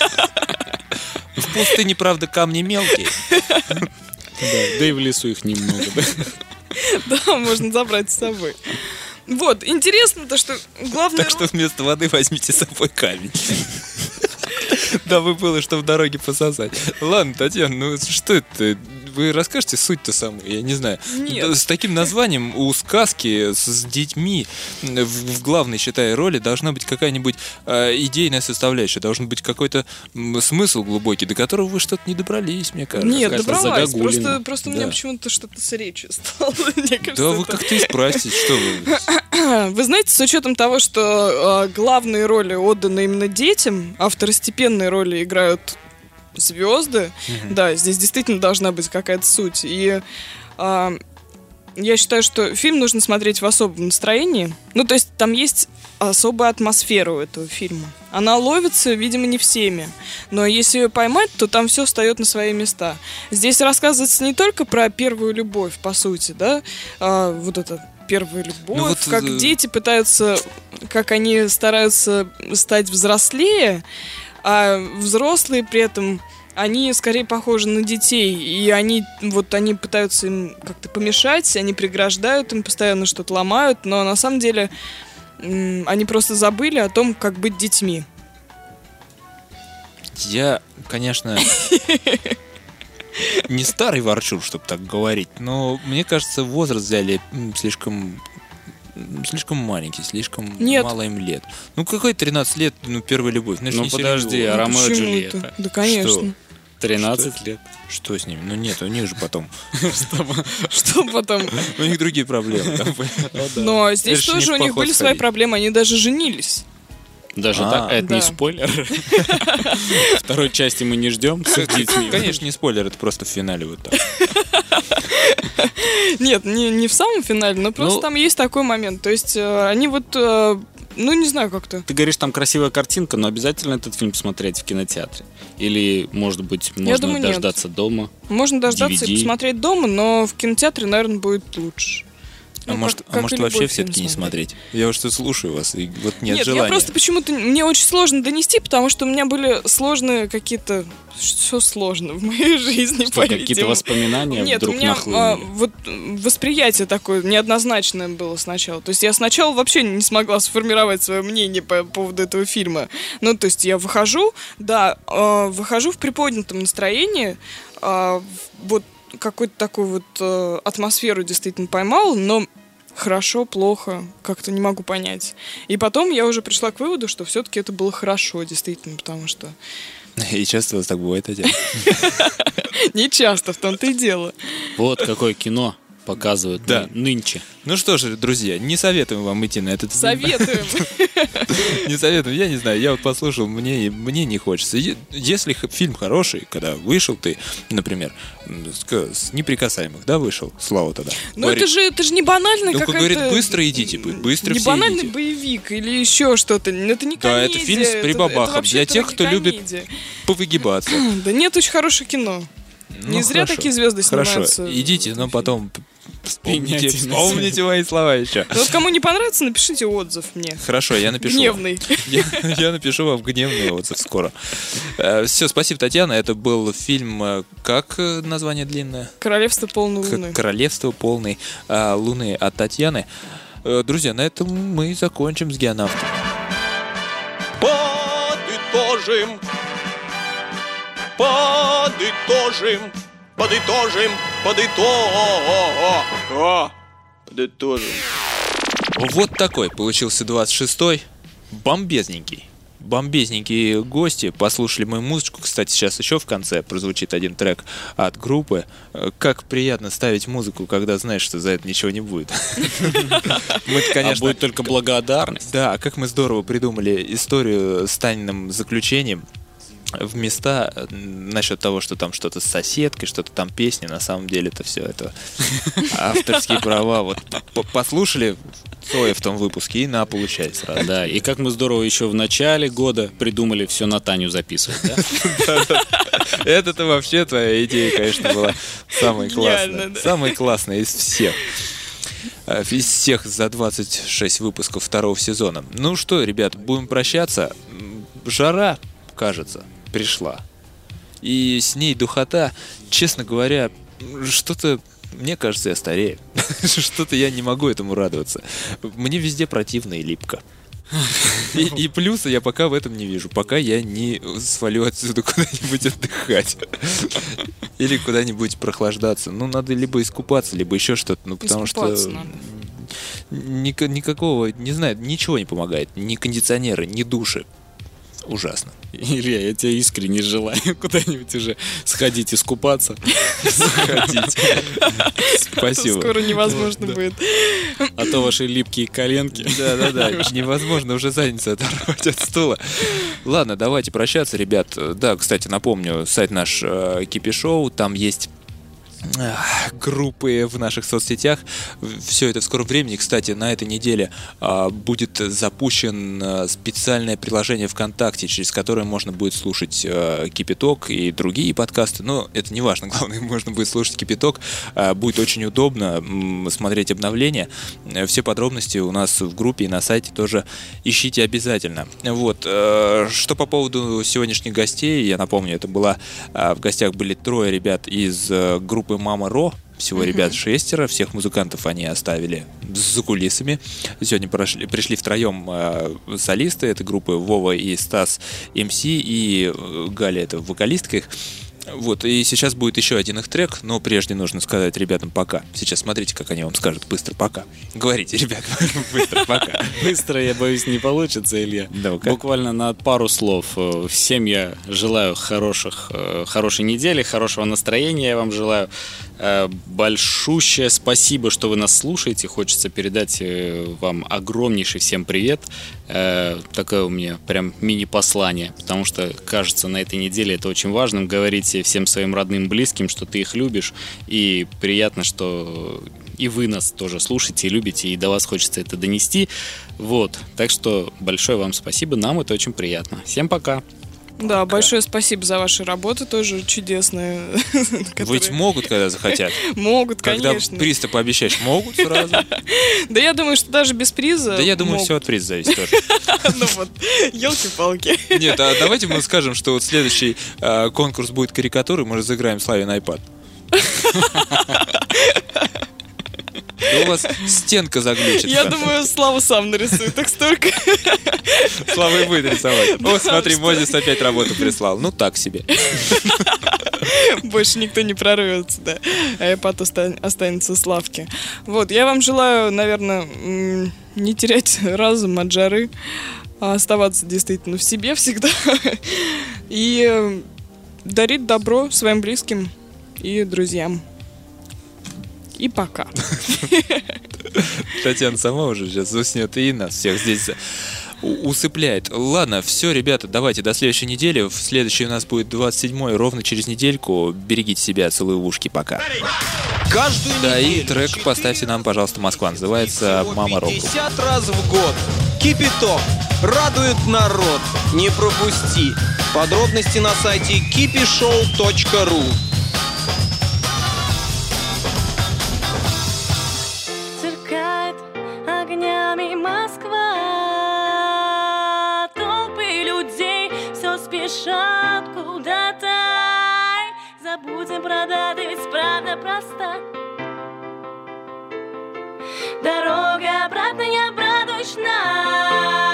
В пустыне, правда, камни мелкие. Да и в лесу их немного. да, можно забрать с собой. Вот, интересно-то, что главное... Так что вместо воды возьмите с собой камень. Дабы было, что в дороге пососать. Ладно, Татьяна, ну что это? Вы расскажете суть-то самую? Я не знаю. Нет. С таким названием у сказки с детьми в главной, считай, роли должна быть какая-нибудь идейная составляющая. Должен быть какой-то смысл глубокий, до которого вы что-то не добрались, мне кажется. Нет, Кажется, добралась. загогулина. Просто у Да. меня почему-то что-то с речью стало. Мне кажется, Да вы это- как-то исправьтесь, что вы... Вы знаете, с учетом того, что главные роли отданы именно детям, а второстепенные роли играют звезды, да, здесь действительно должна быть какая-то суть. И я считаю, что фильм нужно смотреть в особом настроении. Ну, то есть там есть особая атмосфера у этого фильма. Она ловится, видимо, не всеми. Но если ее поймать, то там все встает на свои места. Здесь рассказывается не только про первую любовь, по сути, да, вот это первая любовь, Ну вот, как дети пытаются, как они стараются стать взрослее, а взрослые при этом, они скорее похожи на детей, и они пытаются им как-то помешать, они преграждают им, постоянно что-то ломают, но на самом деле они просто забыли о том, как быть детьми. Я, конечно, не старый ворчун, чтобы так говорить, но мне кажется, возраст взяли слишком маленький, слишком Нет. мало им лет. Ну, какой 13 лет, первая любовь? Ну, это Ну не подожди, серьезно. а Ромео и Почему Джульетта? это? Да, конечно. Что? 13 лет. Что с ними? Ну, нет, у них же потом. Что потом? У них другие проблемы. Но здесь Это ж не тоже в у них поход были свои сходить. проблемы, они даже женились. Даже так? Это да. не спойлер? Второй части мы не ждем с их детьми. Конечно, не спойлер, это просто в финале вот так. Нет, не в самом финале, но просто Ну, там есть такой момент. То есть они вот, не знаю как-то. Ты говоришь, там красивая картинка, но обязательно этот фильм смотреть в кинотеатре? Или, может быть, можно думаю, нет. дождаться дома? Можно дождаться DVD. и посмотреть дома, но в кинотеатре, наверное, будет лучше. А Ну, может, как и вообще любой все-таки фильм не смотреть? Я уж тут слушаю вас, и вот нет Нет, желания. я просто почему-то... Мне очень сложно донести, потому что у меня были сложные какие-то... Все сложно в моей жизни, Что, какие-то по-видимому. воспоминания Нет, у вдруг меня нахлынули? вот восприятие такое неоднозначное было сначала. То есть я сначала вообще не смогла сформировать свое мнение по поводу этого фильма. Ну, то есть я выхожу в приподнятом настроении, вот какую-то такую вот атмосферу действительно поймал, но хорошо, плохо, как-то не могу понять. И потом я уже пришла к выводу, что все-таки это было хорошо, действительно, потому что И часто у вас так бывает, Татьяна? не часто, в том-то и дело. Вот какое кино показывают Да. нынче. Ну что же, друзья, не советуем вам идти на этот фильм. Советуем. Не советуем, я не знаю, я вот послушал, мне не хочется. Если фильм хороший, когда вышел ты, например, с «Неприкасаемых», да, вышел, Слава тогда. Ну это же не банальный Только какая-то... говорит, быстро идите, быстро не все банальный идите. боевик или еще что-то. Это не комедия. Да, это фильм с прибабахом вообще для тех, кто любит трагикомедия. повыгибаться. Да нет, очень хорошее кино. Ну, Не зря хорошо. такие звезды Хорошо, снимаются. идите, но потом Пеняйте вспомните мои слова еще. Ну вот кому не понравится, напишите отзыв мне. Хорошо, я напишу. Гневный. Я напишу вам гневный отзыв скоро. Все, спасибо, Татьяна. Это был фильм, как название длинное? Королевство полной луны. Королевство полной луны от Татьяны. Друзья, на этом мы закончим с «Геонавтом». Подытожим. Подытожим. Подытожим. Подытожим. Вот такой получился 26-й. Бомбезненький. бомбезненькие гости, послушали мою музычку. Кстати, сейчас еще в конце прозвучит один трек от группы. Как приятно ставить музыку, когда знаешь, что за это ничего не будет. А будет только благодарность. Да, как мы здорово придумали историю с тайным заключением в места насчет того, что там что-то с соседкой, что-то там песни, на самом деле это все это авторские права. Вот послушали Цоя в том выпуске и получай сразу. Да, и как мы здорово еще в начале года придумали все на Таню записывать, да? Это-то вообще твоя идея, конечно, была самая классная. Самая классная из всех. Из всех за 26 выпусков второго сезона. Ну что, ребят, будем прощаться. Жара, кажется, пришла. И с ней духота, честно говоря, что-то, мне кажется, я старею. Что-то я не могу этому радоваться. Мне везде противно и липко. И плюса я пока в этом не вижу, пока я не свалю отсюда куда-нибудь отдыхать. Или куда-нибудь прохлаждаться. Ну, надо либо искупаться, либо еще что-то. Ну, потому что никакого, не знаю, ничего не помогает. Ни кондиционеры, ни души. Ужасно. Илья, я тебя искренне желаю куда-нибудь уже сходить искупаться. Сходить. Спасибо. Скоро невозможно будет. А то ваши липкие коленки. Да. Невозможно уже задницу оторвать от стула. Ладно, давайте прощаться, ребят. Да, кстати, напомню, сайт наш Кипи Шоу. Там есть группы в наших соцсетях. Все это в скором времени. Кстати, на этой неделе будет запущен специальное приложение ВКонтакте, через которое можно будет слушать Кипяток и другие подкасты. Но это не важно. Главное, можно будет слушать Кипяток. Будет очень удобно смотреть обновления. Все подробности у нас в группе и на сайте тоже ищите обязательно. Вот. Что по поводу сегодняшних гостей, я напомню, это была в гостях были 3 ребят из группы Мама Ро. Всего ребят 6, всех музыкантов они оставили за кулисами. Сегодня пришли втроем солисты этой группы, Вова и Стас МС, и Галя, это вокалистка их. Вот, и сейчас будет еще один их трек, но прежде нужно сказать ребятам пока. Сейчас смотрите, как они вам скажут бысро пока. Говорите, ребят, быстро пока. Быстро, я боюсь, не получится, Илья. Буквально на пару слов. Всем я желаю хорошей недели, хорошего настроения я вам желаю. Большущее спасибо, что вы нас слушаете. Хочется передать вам огромнейший всем привет. Такое у меня прям мини-послание, потому что, кажется, на этой неделе это очень важно. Говорить всем своим родным, близким, что ты их любишь. И приятно, что и вы нас тоже слушаете и любите, и до вас хочется это донести. Вот, так что большое вам спасибо, нам это очень приятно. Всем пока! Да, большое спасибо за ваши работы, тоже чудесные. Ведь могут, когда захотят. Могут, конечно. Когда приз пообещаешь, могут сразу. Да я думаю, что даже без приза. Да я думаю, все от приза зависит тоже. Ну вот, елки-палки. Нет, а давайте мы скажем, что вот следующий конкурс будет карикатуры, мы разыграем Славе на iPad. Да у вас стенка заглючит. Я думаю, Слава сам нарисует так столько. Слава и будет рисовать. О, смотри, Мозис опять работу прислал. Ну так себе. Больше никто не прорвется, да. А iPad останется Славке. Вот, я вам желаю, наверное, не терять разум от жары, а оставаться действительно в себе всегда. И дарить добро своим близким и друзьям. И пока. Татьяна сама уже сейчас уснет и нас всех здесь усыпляет. Ладно, все, ребята, давайте до следующей недели. В следующей у нас будет 27-й, ровно через недельку. Берегите себя, целую в ушки, пока. Да, и трек поставьте нам, пожалуйста, Москва. Называется «Мама Рок». 50 раз в год. Кипяток. Радует народ. Не пропусти. Подробности на сайте kipishow.ru. Огнями Москва, толпы людей все спешат куда-то. Забудем про даты, ведь правда проста. Дорога обратно не обрадочна.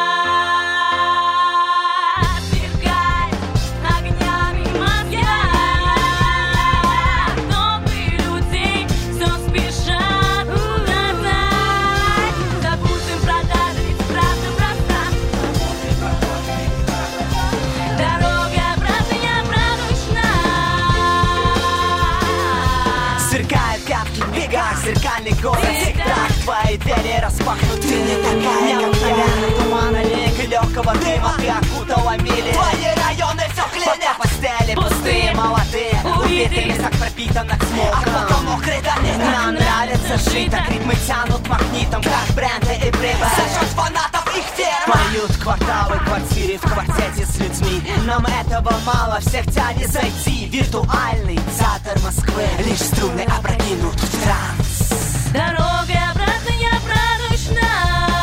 напитан от смока. А кто мокрый, да не нам нравится жить. Так ритмы тянут магнитом, как бренды и прибыль. Зажжет фанатов их ферма. Поют кварталы, квартиры в квартете с людьми. Нам этого мало, всех тянет зайти. Виртуальный театр Москвы. Лишь струны опрокинут в транс. Дорогой обратно не обрадуешь нас.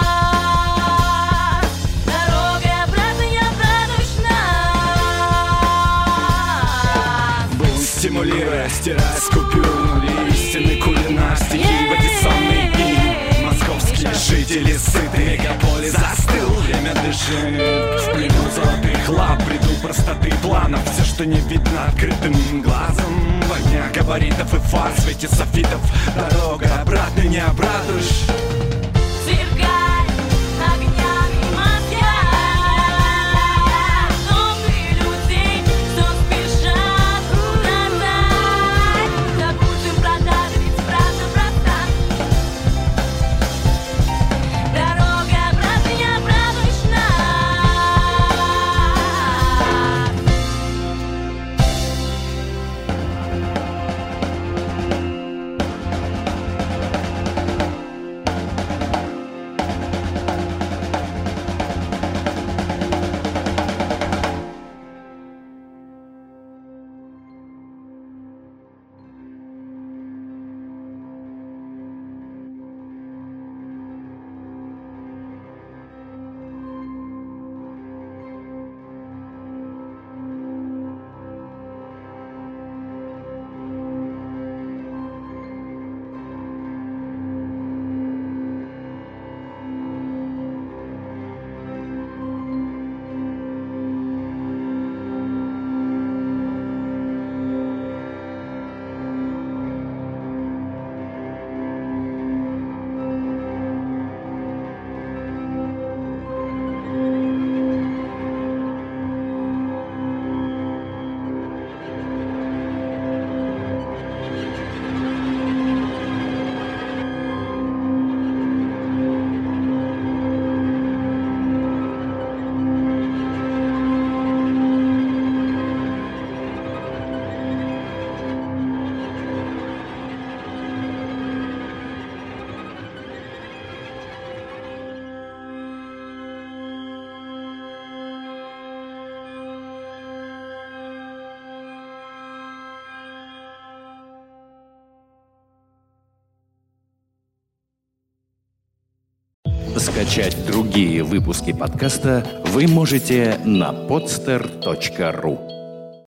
Дорогой обратно не обрадуешь нас. Был стимулируя, стирая с купюр нули. Истинный кулинар, стихи в эдисонные дни. Московские жители сыты, мегаполис застыл. Время дышит, в плену золотых лап. Бреду простоты планов, все, что не видно открытым глазом. В огнях габаритов и фар, в свете софитов. Дорога обратно не обрадуешь. Сверкай огнями Москва. Новые людей, что спешат угадать. Забудем продажи, ведь правда проста. Дорога обратно не обрадуешь нас. Скачать другие выпуски подкаста вы можете на podster.ru.